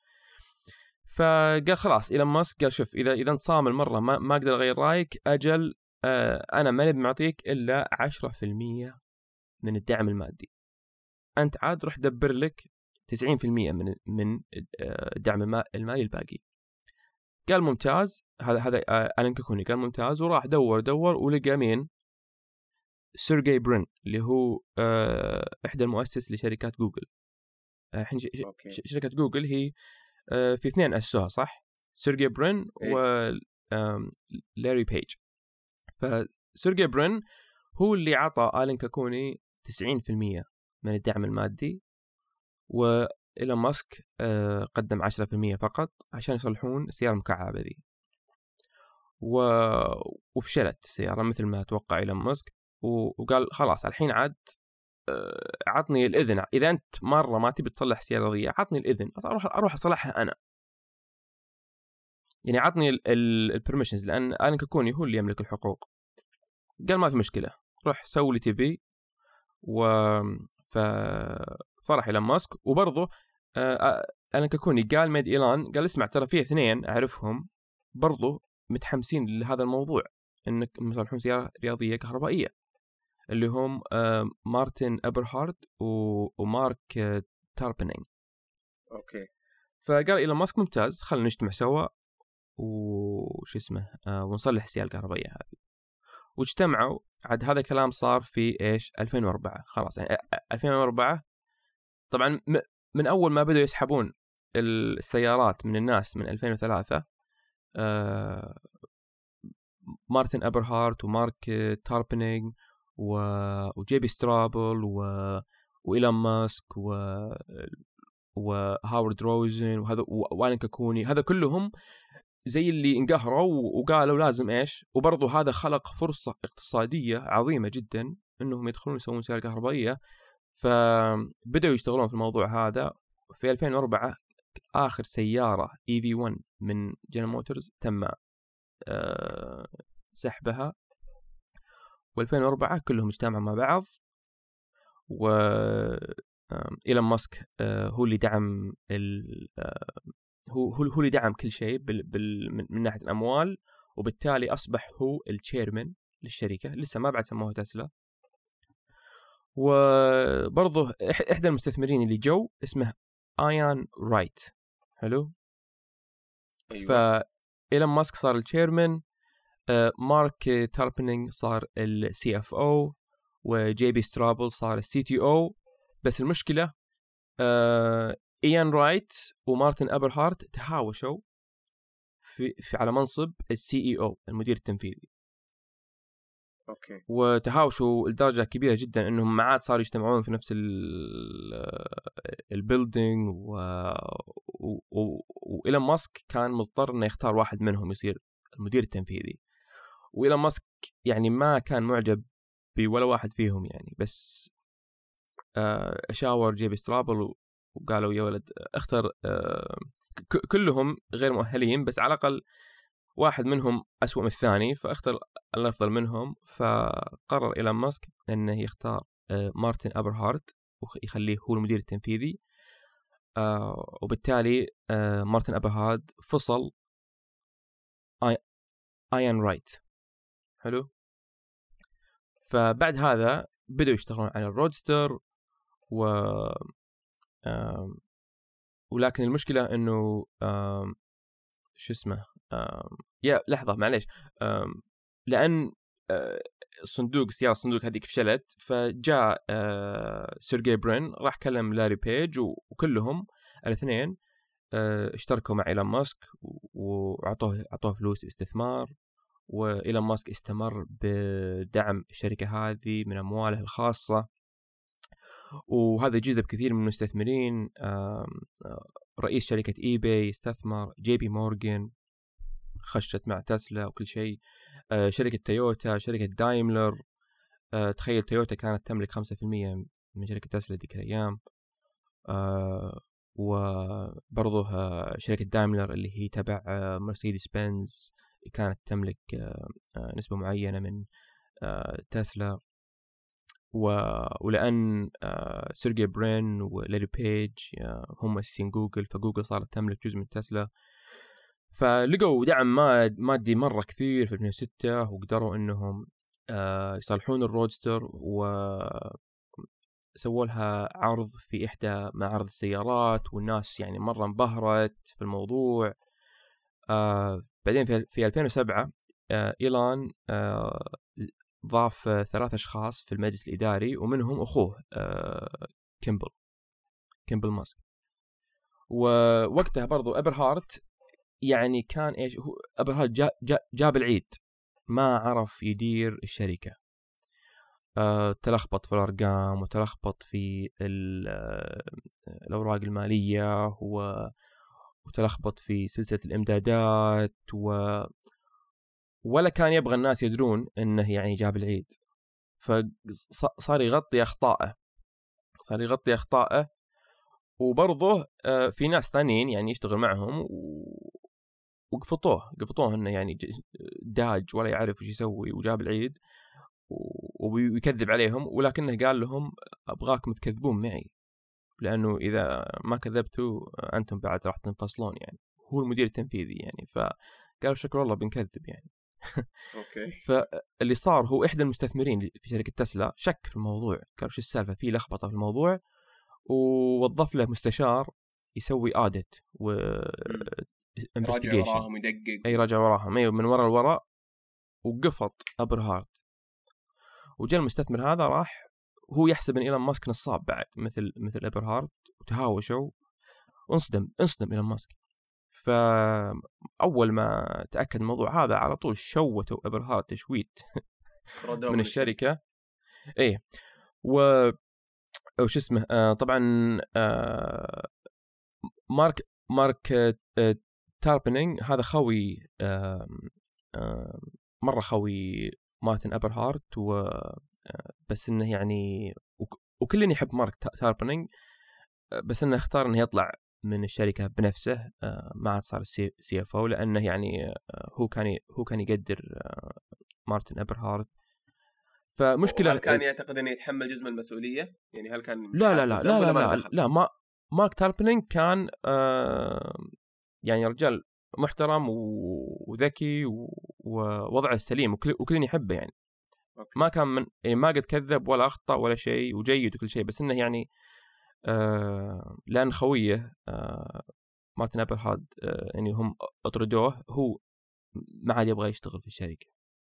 S2: فقال خلاص إيلون ماسك قال شوف إذا إذا أنت صامل مرة ما ما أقدر أغير رأيك، أجل آه أنا ما نبي معطيك إلا عشرة في المية من الدعم المادي، أنت عاد روح دبر لك تسعين في المية من من الدعم المالي الباقي. قال ممتاز. هذا هذا ألان كاكوني قال ممتاز، وراح دور دور ولقى مين؟ سيرجي برين اللي هو إحدى المؤسس لشركات جوجل. الحين شركة جوجل هي في اثنين أسسوها صح؟ سيرجي برين ولاري بيج. فسيرجي برين هو اللي عطى ألان كاكوني تسعين في المية من الدعم المادي، وإيلون ماسك قدم عشرة في المية فقط عشان يصلحون السيارة المكعبة دي. و... وفشلت السيارة مثل ما توقع إيلون ماسك، وقال خلاص الحين عاد عطني الإذن، إذا أنت مرة ما تبي تصلح سيارة رياضية عطني الإذن أروح أروح أصلحها أنا. يعني عطني البرميشنز، لأن ألان كاكوني هو اللي يملك الحقوق. قال ما في مشكلة، روح سوي اللي تبي. و ف... فرح إيلون ماسك. وبرضه ألان كاكوني قال ميد إيلان قال اسمع ترى فيه اثنين أعرفهم برضه متحمسين لهذا الموضوع، إنك يصلحون سيارة رياضية كهربائية، اللي هم مارتن أبرهارد ومارك تاربنينج.
S1: أوكي.
S2: فقال إيلون ماسك ممتاز، خلنا نجتمع سوا وش اسمه ونصلح السيارة الكهربائية هذه. واجتمعوا. عاد هذا الكلام صار في إيش ألفين وأربعة. خلاص يعني ألفين وأربعة طبعا من أول ما بدأوا يسحبون السيارات من الناس من ألفين وثلاثة. آه مارتن أبرهارت ومارك تاربنينج وجيبي سترابل وإيلون ماسك و وهاورد روزن وهذا وألان كاكوني، هذا كلهم زي اللي انقهروا وقالوا لازم إيش. وبرضه هذا خلق فرصة اقتصادية عظيمة جدا إنهم يدخلون يسوون سيارة كهربائية، فبدأوا يشتغلون في الموضوع هذا. في ألفين وأربعة آخر سيارة إي في واحد من جنرال موتورز تم أه سحبها، وألفين وأربعة كلهم اجتمعوا مع بعض. وإيلون ماسك أه هو اللي دعم أه هو هو اللي دعم كل شيء بال بال من, من ناحية الأموال، وبالتالي أصبح هو التشيرمان للشركة. لسه ما بعد سموه تسلا. وبرضه إحدى المستثمرين اللي جو اسمه آيان رايت. حلو.
S1: أيوة.
S2: فإيلون ماسك صار التشيرمان، آه مارك تاربنينج صار السي اف او، وجي بي سترابل صار السي تي او. بس المشكلة آه إيان رايت ومارتن أبرهارت تهاوشوا في, في على منصب السي اي او المدير التنفيذي.
S1: أوكي.
S2: وتهاوشوا لدرجة كبيرة جدا إنهم ما عاد صاروا يجتمعون في نفس البيلدينج، و... و... وإيلون ماسك كان مضطر إنه يختار واحد منهم يصير المدير التنفيذي. وإيلون ماسك يعني ما كان معجب بولا واحد فيهم يعني، بس أشاور جيبي سترابل وقالوا يا ولد اختر. كلهم غير مؤهلين بس على الأقل واحد منهم أسوأ من الثاني، فاختر الأفضل منهم. فقرر إيلون ماسك أنه يختار مارتن أبرهارت ويخليه هو المدير التنفيذي. وبالتالي مارتن أبرهارت فصل آيان رايت. حلو. فبعد هذا بدأوا يشتغلون على الرودستر، و ولكن المشكلة إنه شو اسمه يا لحظة معليش، لأن الصندوق السيارة الصندوق هذيك فشلت. فجاء سيرجي برين راح كلم لاري بيج، وكلهم الاثنين اشتركوا مع إيلون ماسك وعطوه عطوه فلوس استثمار. وإيلون ماسك استمر بدعم الشركة هذه من أمواله الخاصة. وهذا جذب كثير من المستثمرين. رئيس شركة اي باي استثمر، جي بي مورغان خشت مع تسلا وكل شيء. شركة تويوتا، شركة دايملر، تخيل تويوتا كانت تملك خمسة بالمئة من شركة تسلا ذيك الأيام. وبرضه شركة دايملر اللي هي تبع مرسيدس بنز كانت تملك نسبة معينة من تسلا. ولأن سيرجي برين ولاري بيج هم مؤسسين جوجل، فجوجل صارت تملك جزء من تسلا، فلقوا دعم مادي مرة كثير في ألفين وستة، وقدروا إنهم يصلحون الرودستر وسووا لها عرض في إحدى معارض السيارات، والناس يعني مرة انبهرت في الموضوع. بعدين في ألفين وسبعة إيلون ضاف ثلاث أشخاص في المجلس الإداري، ومنهم أخوه كيمبل كيمبل ماسك. ووقتها برضو أبرهارت يعني كان إيش هو أبرهارت جا جا جاب العيد، ما عرف يدير الشركة. أه تلخبط في الأرقام وتلخبط في الأوراق المالية وتلخبط في سلسلة الإمدادات و ولا كان يبغى الناس يدرون انه يعني جاب العيد، فصار يغطي اخطائه صار يغطي اخطائه وبرضه في ناس ثانيين يعني يشتغل معهم وقفطوه قفطوه انه يعني داج ولا يعرف ايش يسوي وجاب العيد ويكذب عليهم، ولكنه قال لهم ابغاكم تكذبون معي، لانه اذا ما كذبتوا انتم بعد راح تنفصلون. يعني هو المدير التنفيذي يعني، فقالوا شكرا الله بنكذب يعني.
S1: اوكي.
S2: فاللي صار هو احدى المستثمرين في شركه تسلا شك في الموضوع، قال شو السالفه، في لخبطه في الموضوع، ووظف له مستشار يسوي اوديت و
S1: انفستيجيشن، راجع وراهم يدقق،
S2: اي راجع وراهم اي من وراء الوراء، وقفط أبرهارت. وجاء المستثمر هذا راح هو يحسب ان ايلون ماسك نصاب بعد مثل مثل أبرهارت، وتهاوشوا وانصدم انصدم ايلون ماسك. فأول ما تأكد الموضوع هذا على طول شوتوا أبرهارت تشويت من الشركة. إيه و وش اسمه آه طبعا آه مارك مارك آه تاربنينج هذا خوي آه آه مرة خوي مارتن أبرهارت، و بس إنه يعني وكلنا يحب مارك تاربنينج، بس إنه اختار إنه يطلع من الشركة بنفسه، ما عاد صار سي اف او، لأنه يعني هو كان هو كان يقدر مارتن أبرهارت. فمشكلة
S1: هل كان يعتقد أنه يتحمل جزء من المسؤولية؟ يعني هل كان
S2: لا لا لا لا لا لا, لا, لا ما مارك تاربنينج كان آه يعني رجال محترم وذكي ووضعه السليم وكلنا يحبه يعني. أوكي. ما كان من يعني ما قد كذب ولا أخطأ ولا شيء، وجيد وكل شيء، بس إنه يعني آه لأن خويه آه مارتن أبرهارت آه يعني هم أطردوه، هو ما عاد يبغى يشتغل في الشركة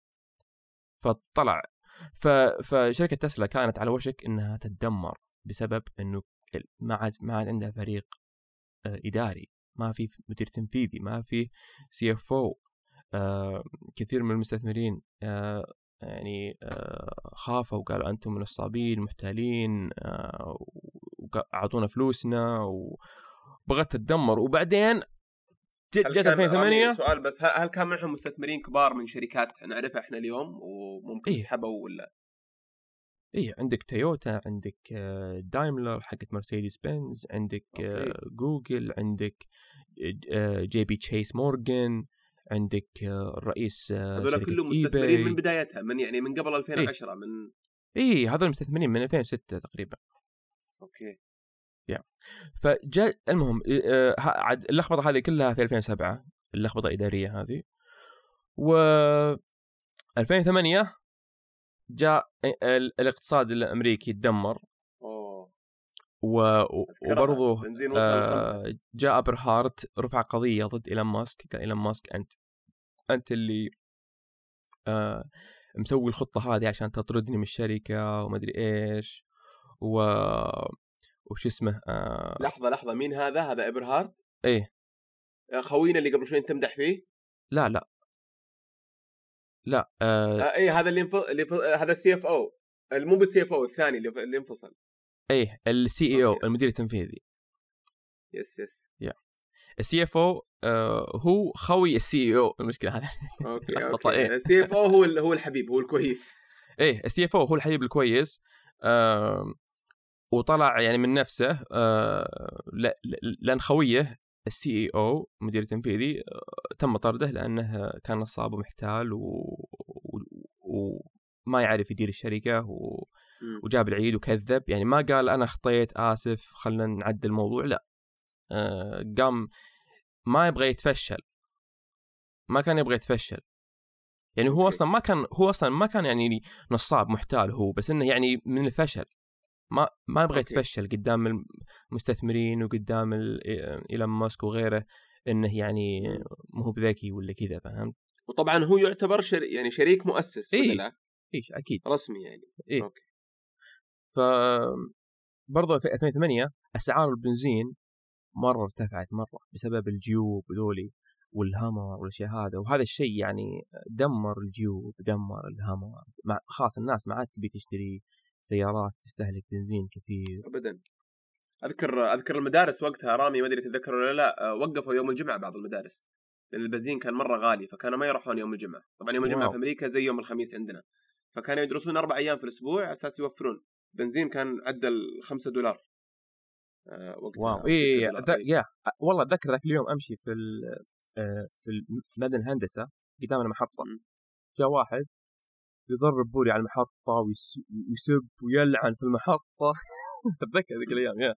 S2: فطلع. فشركة تسلا كانت على وشك إنها تتدمر بسبب إنه ما عاد ما عاد عندها فريق آه إداري، ما في مدير تنفيذي، ما في سي اف او. آه كثير من المستثمرين آه يعني آه خافوا وقالوا أنتم من الصابين محتالين، آه وأعطونا فلوسنا وبغت تدمر. وبعدين جت ألفين وثمانية
S1: سؤال بس، هل كان معهم مستثمرين كبار من شركات نعرفها احنا اليوم وممكن
S2: إيه؟
S1: يسحبوا ولا
S2: إيه عندك تويوتا، عندك دايملر حقت مرسيدس بنز، عندك أوكي. جوجل، عندك جي بي تشيس مورغان، عندك الرئيس
S1: هذول كلهم مستثمرين من بدايتها، من يعني من قبل ألفين وعشرة. إيه؟ من
S2: إيه هذول مستثمرين من ألفين وستة تقريبا.
S1: أوكي.
S2: يا فجاء المهم عاد اللخبطة هذه كلها في ألفين وسبعة، اللخبطة الإدارية هذه. و ألفين وثمانية جاء الاقتصاد الأمريكي يتدمر.
S1: أوه.
S2: و... وبرضه آه جاء أبرهارت رفع قضية ضد إيلون ماسك، قال إيلون ماسك أنت أنت اللي آه مسوي الخطة هذه عشان تطردني من الشركة وما أدري إيش و وش اسمه آه...
S1: لحظة لحظة مين هذا؟ هذا أبرهارت؟
S2: إيه
S1: خوينا اللي قبل شوي تمدح فيه؟
S2: لا لا لا
S1: آه... آه إيه هذا اللي, انف... اللي ف... هذا السي اف او، مو بالسي اف او الثاني اللي, اللي انفصل.
S2: ايه السي اي او المدير التنفيذي.
S1: يس يس
S2: يا السي اف او هو خوي السي اي او. المشكله هذه
S1: اوكي اوكي السي اف او هو هو الحبيب، هو الكويس.
S2: ايه السي اف او هو الحبيب الكويس. آه وطلع يعني من نفسه آه لان خويه السي اي او مدير التنفيذي آه تم طرده لانه كان نصاب ومحتال و... و... وما يعرف يدير الشركه و... وجاب العيد وكذب. يعني ما قال انا خطيت اسف خلنا نعدل الموضوع، لا آه قام ما يبغى يتفشل، ما كان يبغى يتفشل. يعني هو اصلا ما كان هو اصلا ما كان يعني نصاب محتال هو، بس انه يعني من الفشل ما ما يبغى يتفشل قدام المستثمرين وقدام ايلون ماسك وغيره، انه يعني مو بذكي ولا كذا، فهمت؟
S1: وطبعا هو يعتبر شر... يعني شريك مؤسس
S2: إيه؟
S1: ولا لا؟
S2: ايش اكيد
S1: رسمي يعني.
S2: إيه؟
S1: اوكي.
S2: ف برضه في ألفين وثمانية اسعار البنزين مره ارتفعت مره بسبب الجيوب ذولي والهامر والاشياء هذا، وهذا الشيء يعني دمر الجيوب دمر الهامر، مع خاص الناس ما عاد تبي تشتري سيارات تستهلك بنزين كثير
S1: ابدا. اذكر اذكر المدارس وقتها رامي ما ادري تتذكر ولا لا، وقفوا يوم الجمعه بعض المدارس لان البنزين كان مره غالي، فكانوا ما يروحون يوم الجمعه. طبعا يوم الجمعه
S2: واو.
S1: في امريكا زي يوم الخميس عندنا، فكانوا يدرسون اربع ايام في الاسبوع على اساس يوفرون. بنزين كان عدى الخمسة دولار آه وقتها.
S2: واو ايه ذا يا والله اتذكر ذاك اليوم امشي في في مدن الهندسه قدام المحطه، جاء واحد يضرب بوري على المحطه ويسب ويلعن في المحطه. اتذكر ذيك الايام يا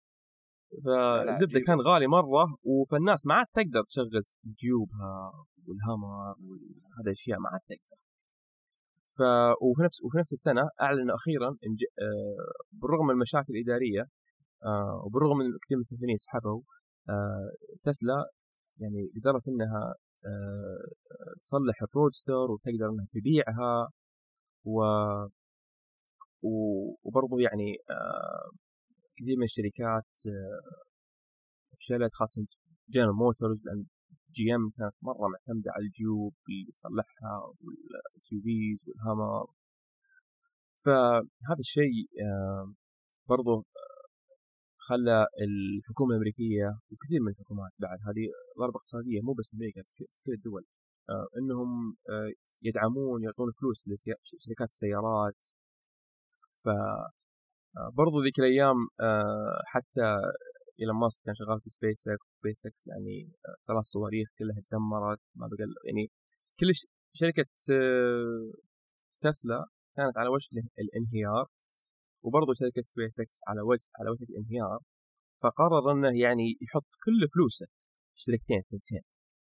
S2: فالزبده كان غالي مره، وفالناس ما عاد تقدر تشغل جيوبها والهامر وهذه الاشياء ما عاد تقدر. ف وفي نفس وفي نفس السنه اعلنوا اخيرا إنج... آه بالرغم من المشاكل الاداريه آه وبالرغم من كثير من المستثمرين سحبوا آه تسلا يعني قدرت انها آه تصلح الرودستر وتقدر انها تبيعها و وبرضه يعني آه كثير من الشركات آه فشلت، خاصة جنرال موتورز لأن جي ام كانت مرة معتمدة على الجيوب اللي تصلحها والسي فيز والهامر. فهذا الشيء آه برضه خلى الحكومة الأمريكية وكثير من الحكومات بعد هذه ضربة اقتصادية مو بس في أمريكا في كل الدول آه إنهم آه يدعمون يعطون فلوس لشركات السيارات. فبرضو ذيك الأيام آه حتى إيلون ماسك كان شغال في سبيس اكس سبيس اكس يعني آه ثلاث صواريخ كلها تدمرت ما بقى يعني كل شركة آه تسلا كانت على وشك الانهيار، وبرضو شركة سبيس اكس على وجه على وشك الانهيار. فقرر انه يعني يحط كل فلوسه في شركتين ثنتين،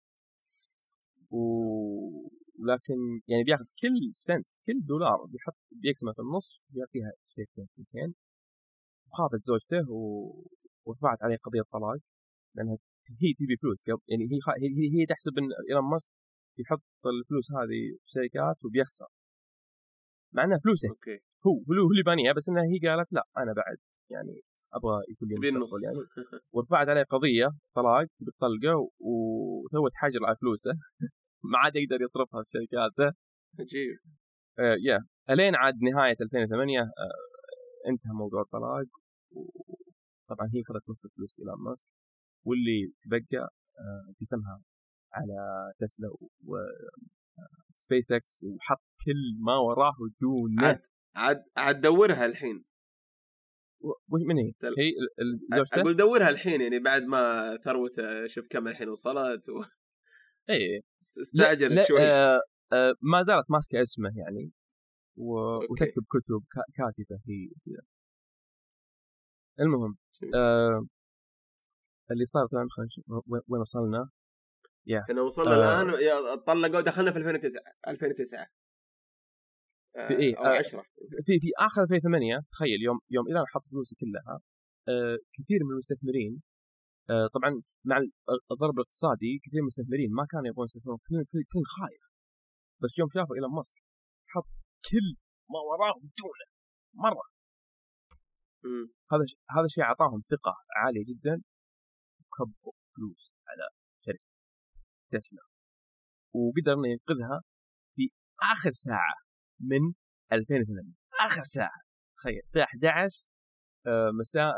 S2: ولكن يعني بياخذ كل سنت كل دولار بيحط بيقسمه في النص بيعطيها شركتين ثنتين. وخافت زوجته و... ورفعت عليه قضية طلاق لأنها هي تبي فلوس، يعني هي خ... هي هي تحسب إن إيلون ماسك يحط الفلوس هذه في شركات وبيخسر مع إنها فلوسه.
S1: أوكي.
S2: هو هو اللي بانيها، بس إنها هي قالت لا أنا بعد يعني ابغى يكون لي مستقبل يعني. ورفعت عليه قضيه طلاق بالطلقه وسوت حجر على فلوسه. ما عاد يقدر يصرفها في شركاته.
S1: عجيب.
S2: آه يا الين عاد نهايه ألفين وثمانية آه انتهى موضوع الطلاق، وطبعا هي اخذت نص الفلوس ايلون ماسك، واللي تبقى آه قسمها على تسلا وسبيس اكس وحط كل ما وراه دونه.
S1: عاد عاد عاد دورها الحين.
S2: من هي؟ هي زوجته؟
S1: أقول دورها الحين يعني بعد ما ثروته شوف كم الحين وصلت و...
S2: ايه
S1: استعجلت شوي.
S2: آه آه ما زالت ماسكة اسمه يعني و... وتكتب كتب كاتبة هي كذا. المهم آه اللي صار طبعا خلينا نشوف وين وصلنا.
S1: يا احنا وصلنا آه الآن طلقوا دخلنا في ألفين وتسعة ألفين وتسعة
S2: في ايه
S1: او عشرة
S2: في في اخر ألفين وثمانية. تخيل يوم يوم ايلون حط فلوسه كلها آه كثير من المستثمرين آه طبعا مع الضرب الاقتصادي كثير من المستثمرين ما كانوا يبغون يستثمرون، كل كل كل خايف. بس يوم شافوا ايلون ماسك حط كل ما وراه دونه مره م. هذا ش... هذا الشيء اعطاهم ثقه عاليه جدا، كبوا فلوس على شركه تسلا وقدر انه ينقذها في اخر ساعه من ألفين وثمانية. اخر ساعه تخيل الساعه إحدى عشر آه مساء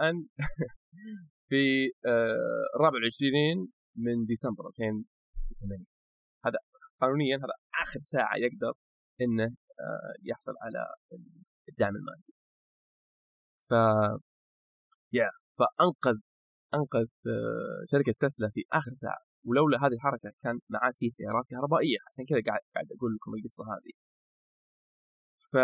S2: في آه الرابع والعشرين من ديسمبر ألفين وثمانية. هذا قانونيا هذا آخر ساعة يقدر إنه آه يحصل على الدعم المادي. ف يا فأنقذ أنقذ آه شركة تسلا في آخر ساعة، ولولا هذه الحركة كان ما عاد في سيارات كهربائية. عشان كذا قاعد قاعد أقول لكم القصة هذه. ف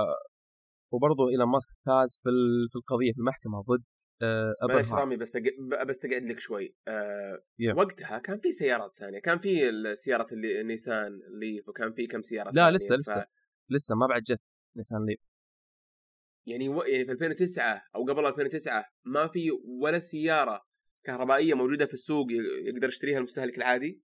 S2: وبرضه إيلون ماسك فاز في في القضية في المحكمة ضد أه
S1: معلش رامي، بس بس تقعد لك شوي. أه
S2: yeah.
S1: وقتها كان في سيارات ثانية، كان في السيارة اللي نيسان ليف، وكان في كم سيارة
S2: لا
S1: ثانية.
S2: لسه لسه ف... لسه ما بعد جت نيسان ليف.
S1: يعني و... يعني في ألفين وتسعة أو قبل ألفين وتسعة ما في ولا سيارة كهربائية موجودة في السوق يقدر يشتريها المستهلك العادي.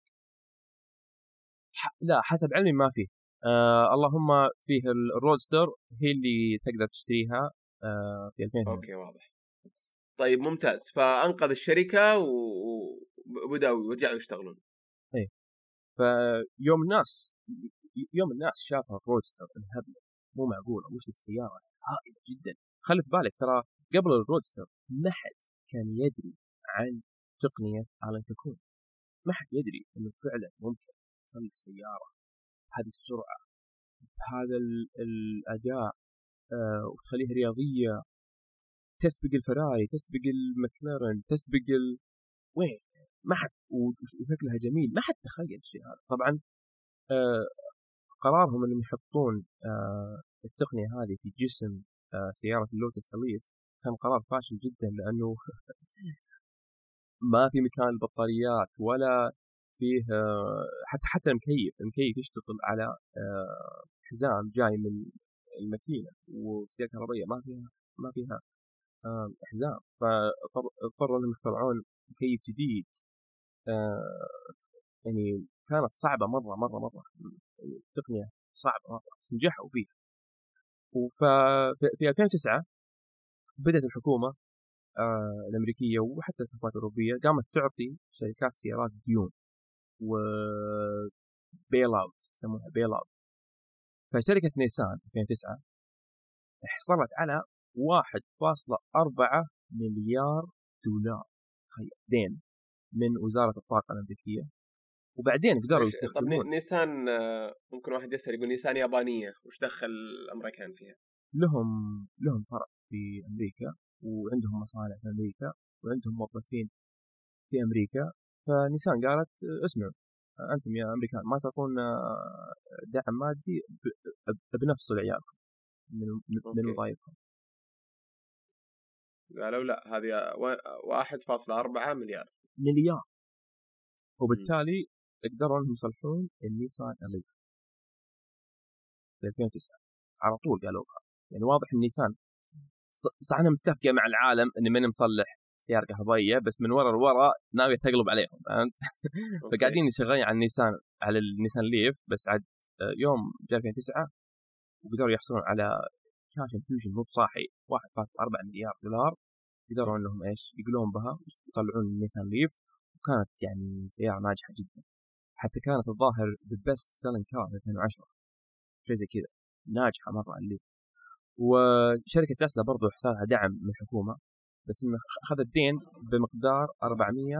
S2: ح... لا حسب علمي ما فيه. آه اللهم فيه الرودستر هي اللي تقدر تشتريها آه في ألفين.
S1: اوكي واضح. طيب ممتاز. فانقذ الشركه وبداوا ورجعوا يشتغلون.
S2: اي فيوم الناس يوم الناس شافها الرودستر انهبلوا، مو معقوله وش السياره هائله جدا. خلي في بالك ترى قبل الرودستر ما حد كان يدري عن تقنيه ألان كوكون. ما حد يدري انه فعلا ممكن تصنع سياره بهذه السرعه بهذا الاداء آه وتخليها رياضيه تسبق الفراري، تسبق المكلارن، تسبق ال... وين ما حد، وشكلها جميل. ما حد تخيل الشيء هذا. طبعا آه قرارهم انهم يحطون آه التقنيه هذه في جسم آه سياره اللوتس أليس كان قرار فاشل جدا، لانه ما في مكان البطاريات ولا فيه آه حتى حتى المكيف المكيف يشتغل على آه حزام جاي من الماكينه، وسياره كهربائيه ما فيها ما فيها آه حزام. فاضطروا انهم يخترعون مكيف جديد. آه يعني كانت صعبه مره مره مره، التقنيه صعبه مره بس نجحوا فيها. وفي ألفين وتسعة بدأت الحكومة آه الأمريكية وحتى الحكومات الأوروبية قامت تعطي شركات سيارات ديون و بيل اوت، يسمونها بيل اوت. فشركة نيسان ألفين وتسعة حصلت على واحد فاصلة أربعة مليار دولار دين من وزارة الطاقة الأمريكية، وبعدين قدروا يستخدمون.
S1: طب نيسان ممكن واحد يسأل يقول نيسان يابانية، وش دخل الأمريكان فيها؟
S2: لهم لهم فرع في أمريكا، وعندهم مصانع في أمريكا، وعندهم موظفين في أمريكا. فنيسان قالت اسمعوا أنتم يا أمريكان ما تعطون دعم مادي بنفس عيالكم من من وظائفهم.
S1: قالوا لا هذه واحد فاصلة أربعة مليار
S2: مليار وبالتالي م. قدروا انهم يصلحون النيسان أليف في ألفين وتسعة على طول. قالوها يعني واضح النيسان صح انا متفقه مع العالم اني ماني مصلح سياره كهربائيه، بس من ورا لورا ناوي تقلب عليهم. فقاعدين شغالين على النيسان على النيسان ليف، بس عاد يوم جاء ألفين وتسعة وقدروا يحصلون على كاش انفيوجن مو بصاحي واحد فاصلة أربعة مليار دولار. قدروا انهم ايش يقلون بها ويطلعون النيسان ليف، وكانت يعني سياره ناجحه جدا. حتى كانت الظاهر بالبست سيلينج كار في ألفين وعشرة شيء زي كذا، ناجحه مره اللي. وشركه تسلا برضو حصلها دعم من الحكومه، بس انه اخذت دين بمقدار أربعمية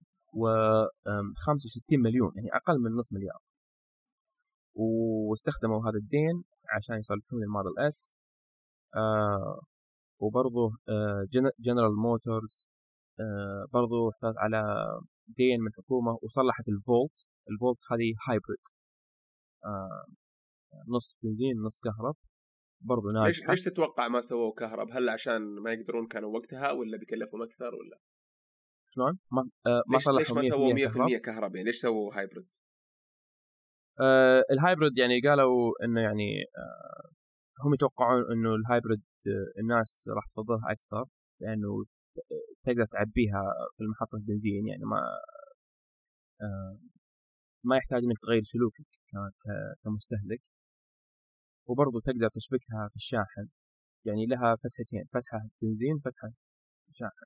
S2: وخمسة وستين مليون، يعني اقل من نص مليار. واستخدموا هذا الدين عشان يصلحون الموديل اس. آه وبرضو آه جنرال موتورز آه برضو حصلت على دين من الحكومه وصلحت الفولت. الفولت هذه هايبريد آه نص بنزين نص كهرب، برضو ناجحة.
S1: ليش ليش تتوقع ما سووا كهرب؟ هل عشان ما يقدرون كانوا وقتها، ولا بيكلفهم أكثر، ولا
S2: شلون؟ ما آه ما صلحوا
S1: ليش ما سووا مية بالمية كهرب؟ يعني ليش سووا هايبريد؟
S2: آه الهايبريد يعني قالوا إنه يعني آه هم يتوقعون إنه الهايبريد آه الناس راح تفضلها أكثر، لأنه تقدر تعبيها في المحطة البنزين، يعني ما آه ما يحتاج إنك تغير سلوكك كمستهلك. وبرضو تقدر تشبكها في الشاحن، يعني لها فتحتين، فتحة بنزين فتحة شاحن.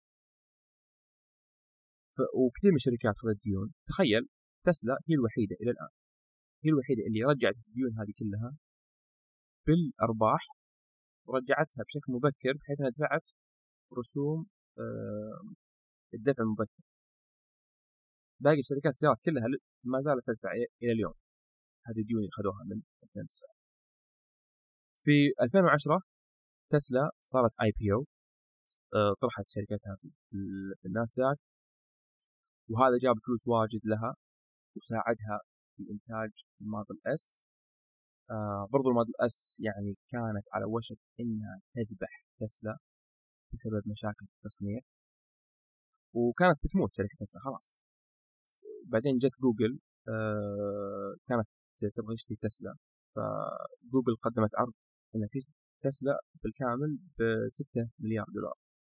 S2: ف... وكثير من الشركات خذت ديون. تخيل تسلا هي الوحيدة إلى الآن هي الوحيدة اللي رجعت الديون هذه كلها بالأرباح، ورجعتها بشكل مبكر بحيث أنها دفعت رسوم الدفع المبكر. باقي شركات السيارات كلها ما زالت تدفع إلى اليوم. هذه ديون أخذوها من ألفين وتسعة. في ألفين وعشرة تسلا صارت آي بي أو، طرحت شركتها في الناسداك، وهذا جاب فلوس واجد لها وساعدها في إنتاج الموديل اس. آه برضو الموديل اس يعني كانت على وشك إنها تذبح تسلا بسبب مشاكل في التصنيع، وكانت بتموت شركة تسلا خلاص. بعدين جت جوجل، آه كانت تبغى تشتري تسلا، فجوجل قدمت عرض إنها تشتري تسلا بالكامل بستة مليار دولار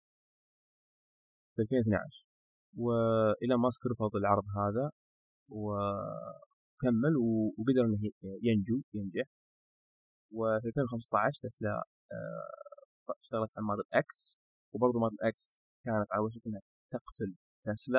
S2: في ألفين واثني عشر، وإلى ماسك رفض العرض هذا وكمل وقدر إنه ينجو ينجح. وفي ألفين وخمسة عشر تسلا اشتغلت على موديل اكس، وبرضه موديل اكس كانت على وشك انها تقتل تسلا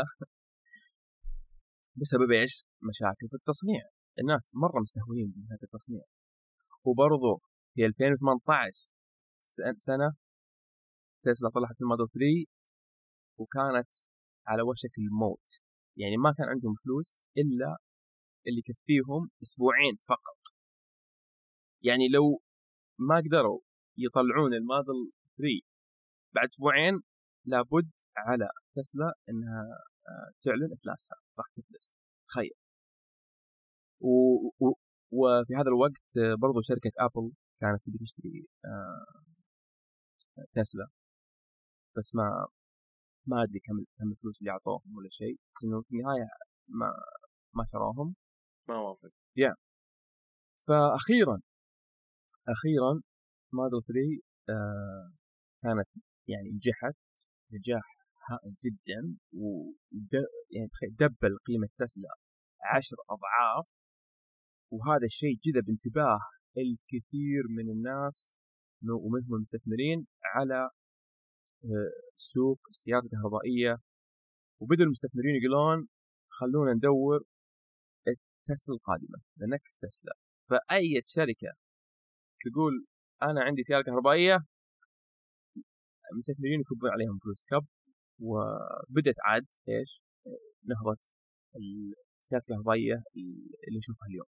S2: بسبب ايش؟ مشاكل في التصنيع. الناس مره مستهونين بهذا التصنيع. وبرضه في ألفين وثمانية عشر سنه تسلا صلحت الموديل ثلاثة وكانت على وشك الموت، يعني ما كان عندهم فلوس الا اللي يكفيهم اسبوعين فقط. يعني لو ما قدروا يطلعون الموديل ثلاثة بعد اسبوعين لابد على تسلا انها تعلن افلاسها، راح تفلس. تخيل. و... و... وفي هذا الوقت برضو شركة ابل كانت تبي تشتري تسلا، بس ما ما ادري كم كم الفلوس اللي اعطوهم ولا شيء، بس انه في النهاية ما ما شراهم،
S1: ما وافق.
S2: يا yeah. فاخيرا اخيرا موديل ثلاثة آه كانت يعني نجحت نجاح هائل جدا، ود يعني دبل قيمة تسلا عشر أضعاف. وهذا الشيء جذب انتباه الكثير من الناس ومنهم المستثمرين على سوق السيارات الكهربائية، وبدأوا المستثمرين يقولون خلونا ندور التسلا القادمة the next تسلا. فأي شركة تقول أنا عندي سيارة كهربائية المستثمرين يكبون عليهم فلوس كب، وبدأت عاد إيش نهضة السيارات الكهربائية اللي نشوفها اليوم.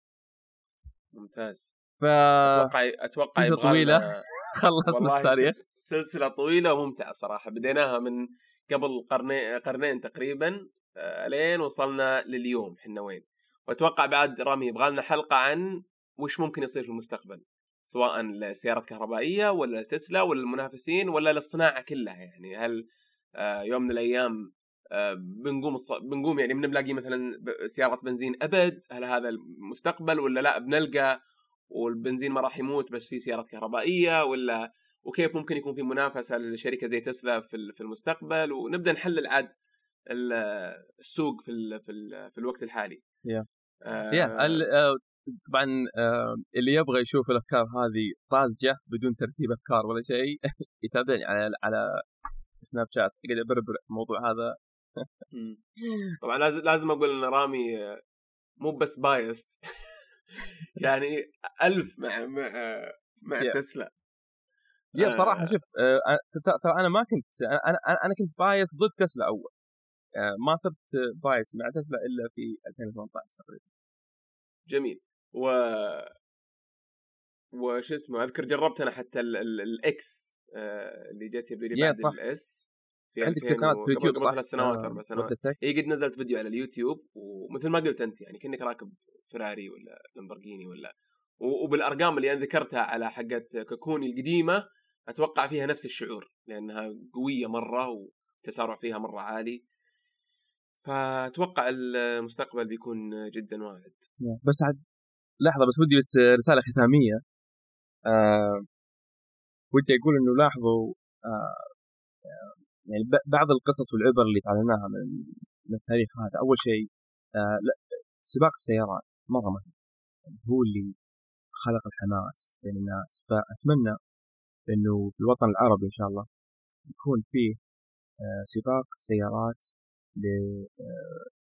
S1: ممتاز.
S2: ف...
S1: أتوقع أتوقع
S2: سلسلة طويلة خلصنا التاريخ.
S1: سلسلة طويلة وممتعة صراحة، بديناها من قبل قرنين قرنين تقريبا لين وصلنا لليوم حنا وين. وأتوقع بعد رامي يبغى لنا حلقة عن وش ممكن يصير في المستقبل، سواء لسيارات كهربائية ولا تسلا ولا المنافسين ولا للصناعة كلها. يعني هل يوم من الأيام بنقوم الص... بنقوم يعني بنلاقي مثلا سيارة بنزين أبد، هل هذا المستقبل ولا لا بنلقى والبنزين ما راح يموت بس في سيارات كهربائية، ولا وكيف ممكن يكون في منافسة لشركة زي تسلا في في المستقبل، ونبدأ نحلل عاد السوق في في, في الوقت الحالي.
S2: yeah. آه... yeah. طبعا اللي يبغى يشوف الأفكار هذه طازجة بدون ترتيب أفكار ولا شيء يتابعني على على سناب شات، قاعد أبربر الموضوع هذا.
S1: طبعا لازم لازم أقول إن رامي مو بس بايست يعني ألف مع مع, مع yeah. تسلا.
S2: يا yeah, بصراحة شوف ترى أنا ما كنت أنا أنا كنت بايس ضد تسلا أول، ما صرت بايس مع تسلا إلا في ألفين وثمانية عشر تقريبا.
S1: جميل. و وش اسمه أذكر جربت أنا حتى الإكس اللي جت يبدو لي بعد
S2: yeah,
S1: الإس في
S2: عندك في قناة في يوتيوب
S1: قبل ثلاث سنوات أربع سنوات. إيه قد نزلت فيديو على اليوتيوب، ومثل ما قلت أنت يعني كأنك راكب فراري ولا لامبورغيني ولا، وبالأرقام اللي أنا ذكرتها على حقة كوكوني القديمة أتوقع فيها نفس الشعور لأنها قوية مرة وتسارع فيها مرة عالي. فأتوقع المستقبل بيكون جدا واعد.
S2: بس عاد لحظة، بس ودي بس رسالة ختامية. آه ودي أقول إنه لاحظوا آه يعني بعض القصص والعبر اللي تعلمناها من من التاريخ هذا. أول شيء آه لا سباق السيارات مرة مهم، هو اللي خلق الحماس بين الناس. فأتمنى إنه في الوطن العربي إن شاء الله يكون فيه آه سباق سيارات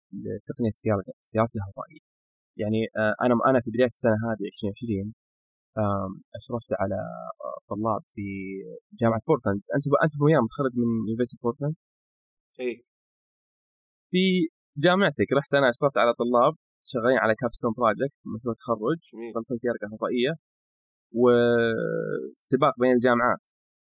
S2: لتقنية السيارات السيارات الكهربائية. يعني آه أنا أنا في بداية السنة هذه عشرين عشرين أشرفت على طلاب في جامعة بورتلاند. أنت أنت وياه متخرج من يونيفرسيتي بورتلاند؟
S1: إيه.
S2: في جامعتك رحت أنا أشرفت على طلاب شغالين على كابستون بروجكت مشروع تخرج صنفون سيارة كهربائية وسباق بين الجامعات.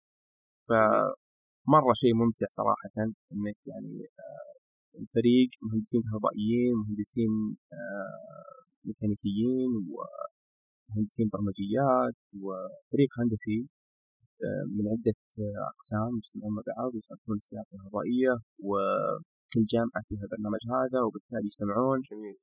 S2: فمرة شيء ممتع صراحة إنك يعني الفريق مهندسين كهربائيين مهندسين ميكانيكيين ومهندسين برمجيات وفريق هندسي من عدة أقسام يجتمعون مع بعض ويصنفون السيارة الكهربائية وكل جامعة فيها برنامج هذا وبالتالي يجتمعون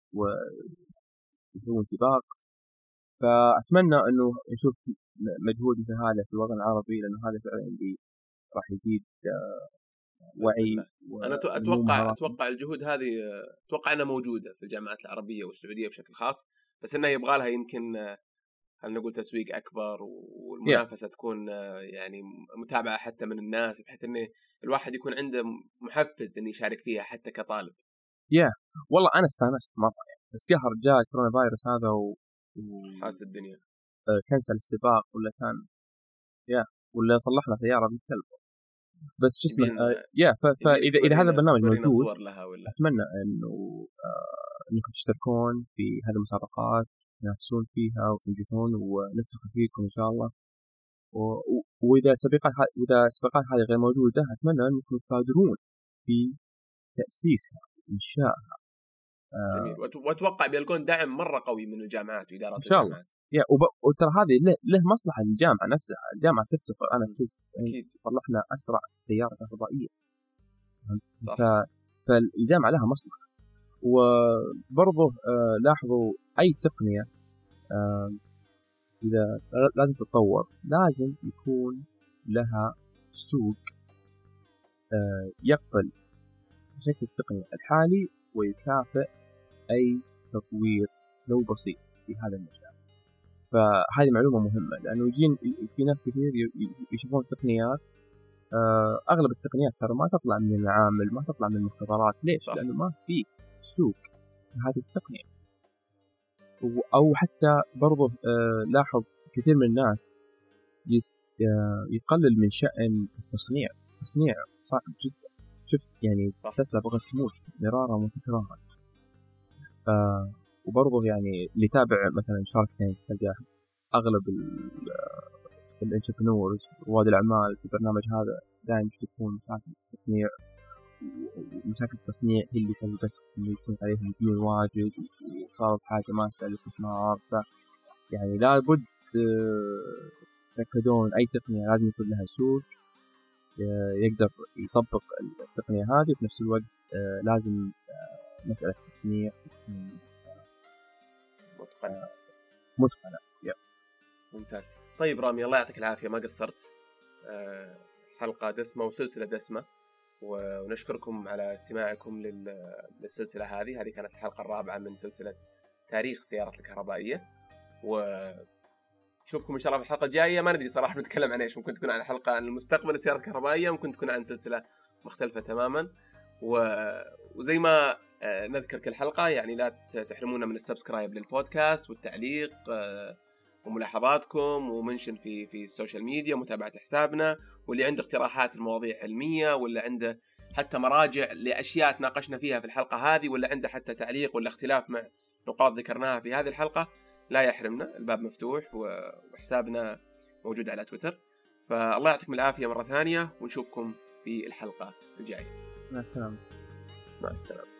S2: ويسوون سباق. فأتمنى أنه نشوف مجهود مثل هذا في الوطن العربي لأنه هذا فعلا اللي راح يزيد وعي.
S1: أنا أتوقع أتوقع الجهود هذه أتوقع أنها موجودة في الجامعات العربية والسعودية بشكل خاص بس أنها يبغى لها يمكن هل نقول تسويق أكبر والمنافسة yeah. تكون يعني متابعة حتى من الناس بحيث إنه الواحد يكون عنده محفز إنه يشارك فيها حتى كطالب.
S2: يا yeah. والله أنا استانست مرة يعني بس قهر جاء كورونا فيروس هذا و...
S1: و... حاس الدنيا
S2: كنسل السباق ولا كان يا yeah. ولا صلحنا سيارة بالكلب بس شو اسمه آه... يا yeah. ف... فإذا إذا هذا البرنامج موجود أتمنى إنه آه... إنكم تشتركون في هذه المسابقات تنافسون فيها وتنجحون ونفتخر فيكم إن شاء الله. و... وإذا سباقات ه... وإذا سباقات هذه غير موجودة أتمنى أنكم تبادرون في تأسيسها وإنشائها.
S1: جميل. آه... وأتوقع بيلقون دعم مرة قوي من الجامعات وإدارات
S2: إن شاء الله.
S1: الجامعات.
S2: يا وب... وترى هذه له... له مصلحة للجامعة نفسها. الجامعة تفتخر أنا فزت
S1: أكيد
S2: صلحنا أسرع سيارة كهربائية.
S1: صح.
S2: ف... فالجامعة لها مصلحة. وبرضه آه لاحظوا أي تقنية آه إذا لازم تتطور لازم يكون لها سوق آه يقبل بشكل التقنية الحالي ويكافئ أي تطوير لو بسيط في هذا المجال. فهذه معلومة مهمة لأنه يجين في ناس كثير يشوفون التقنيات آه أغلب التقنيات ترى ما تطلع من المعامل ما تطلع من المختبرات. ليش؟ صح. لأنه ما في سوق هذه التقنية. أو حتى برضو آه لاحظ كثير من الناس يس آه يقلل من شأن التصنيع. التصنيع صعب جدا. شفت يعني تسلا بغت تموت مرارا وتكرارا. آه وبرضو يعني اللي تابع مثلا شارك تانك تلقى أغلب الانتربرنورز رواد الأعمال في البرنامج هذا دائما يشتكون مشاكل التصنيع ومشاكل التصنيع هي اللي سببت إنه يكون عليهم ديون واجد وصارت حاجة ما تسهل الاستثمار. ف يعني لابد تأكدون أي تقنية لازم يكون لها سوق يقدر يطبق التقنية هذه وفي نفس الوقت لازم مسألة التصنيع
S1: متقنة
S2: متقنة.
S1: ممتاز. طيب رامي الله يعطيك العافية ما قصرت. حلقة دسمة وسلسلة دسمة ونشكركم على استماعكم للسلسلة هذه. هذه كانت الحلقة الرابعة من سلسلة تاريخ السيارات الكهربائية وشوفكم إن شاء الله في الحلقة الجاية. ما ندري صراحة بنتكلم عن إيش. ممكن تكون عن حلقة عن المستقبل السيارات الكهربائية ممكن تكون عن سلسلة مختلفة تماما. وزي ما نذكر كل حلقة يعني لا تحرمونا من السبسكرايب للبودكاست والتعليق وملاحظاتكم ومنشن في في السوشيال ميديا متابعة حسابنا. واللي عنده اقتراحات المواضيع علمية ولا عنده حتى مراجع لأشياء تناقشنا فيها في الحلقة هذه ولا عنده حتى تعليق ولا اختلاف مع نقاط ذكرناها في هذه الحلقة لا يحرمنا. الباب مفتوح وحسابنا موجود على تويتر. فالله يعطيكم العافية مرة ثانية ونشوفكم في الحلقة الجاية.
S2: مع السلامة.
S1: مع السلامة.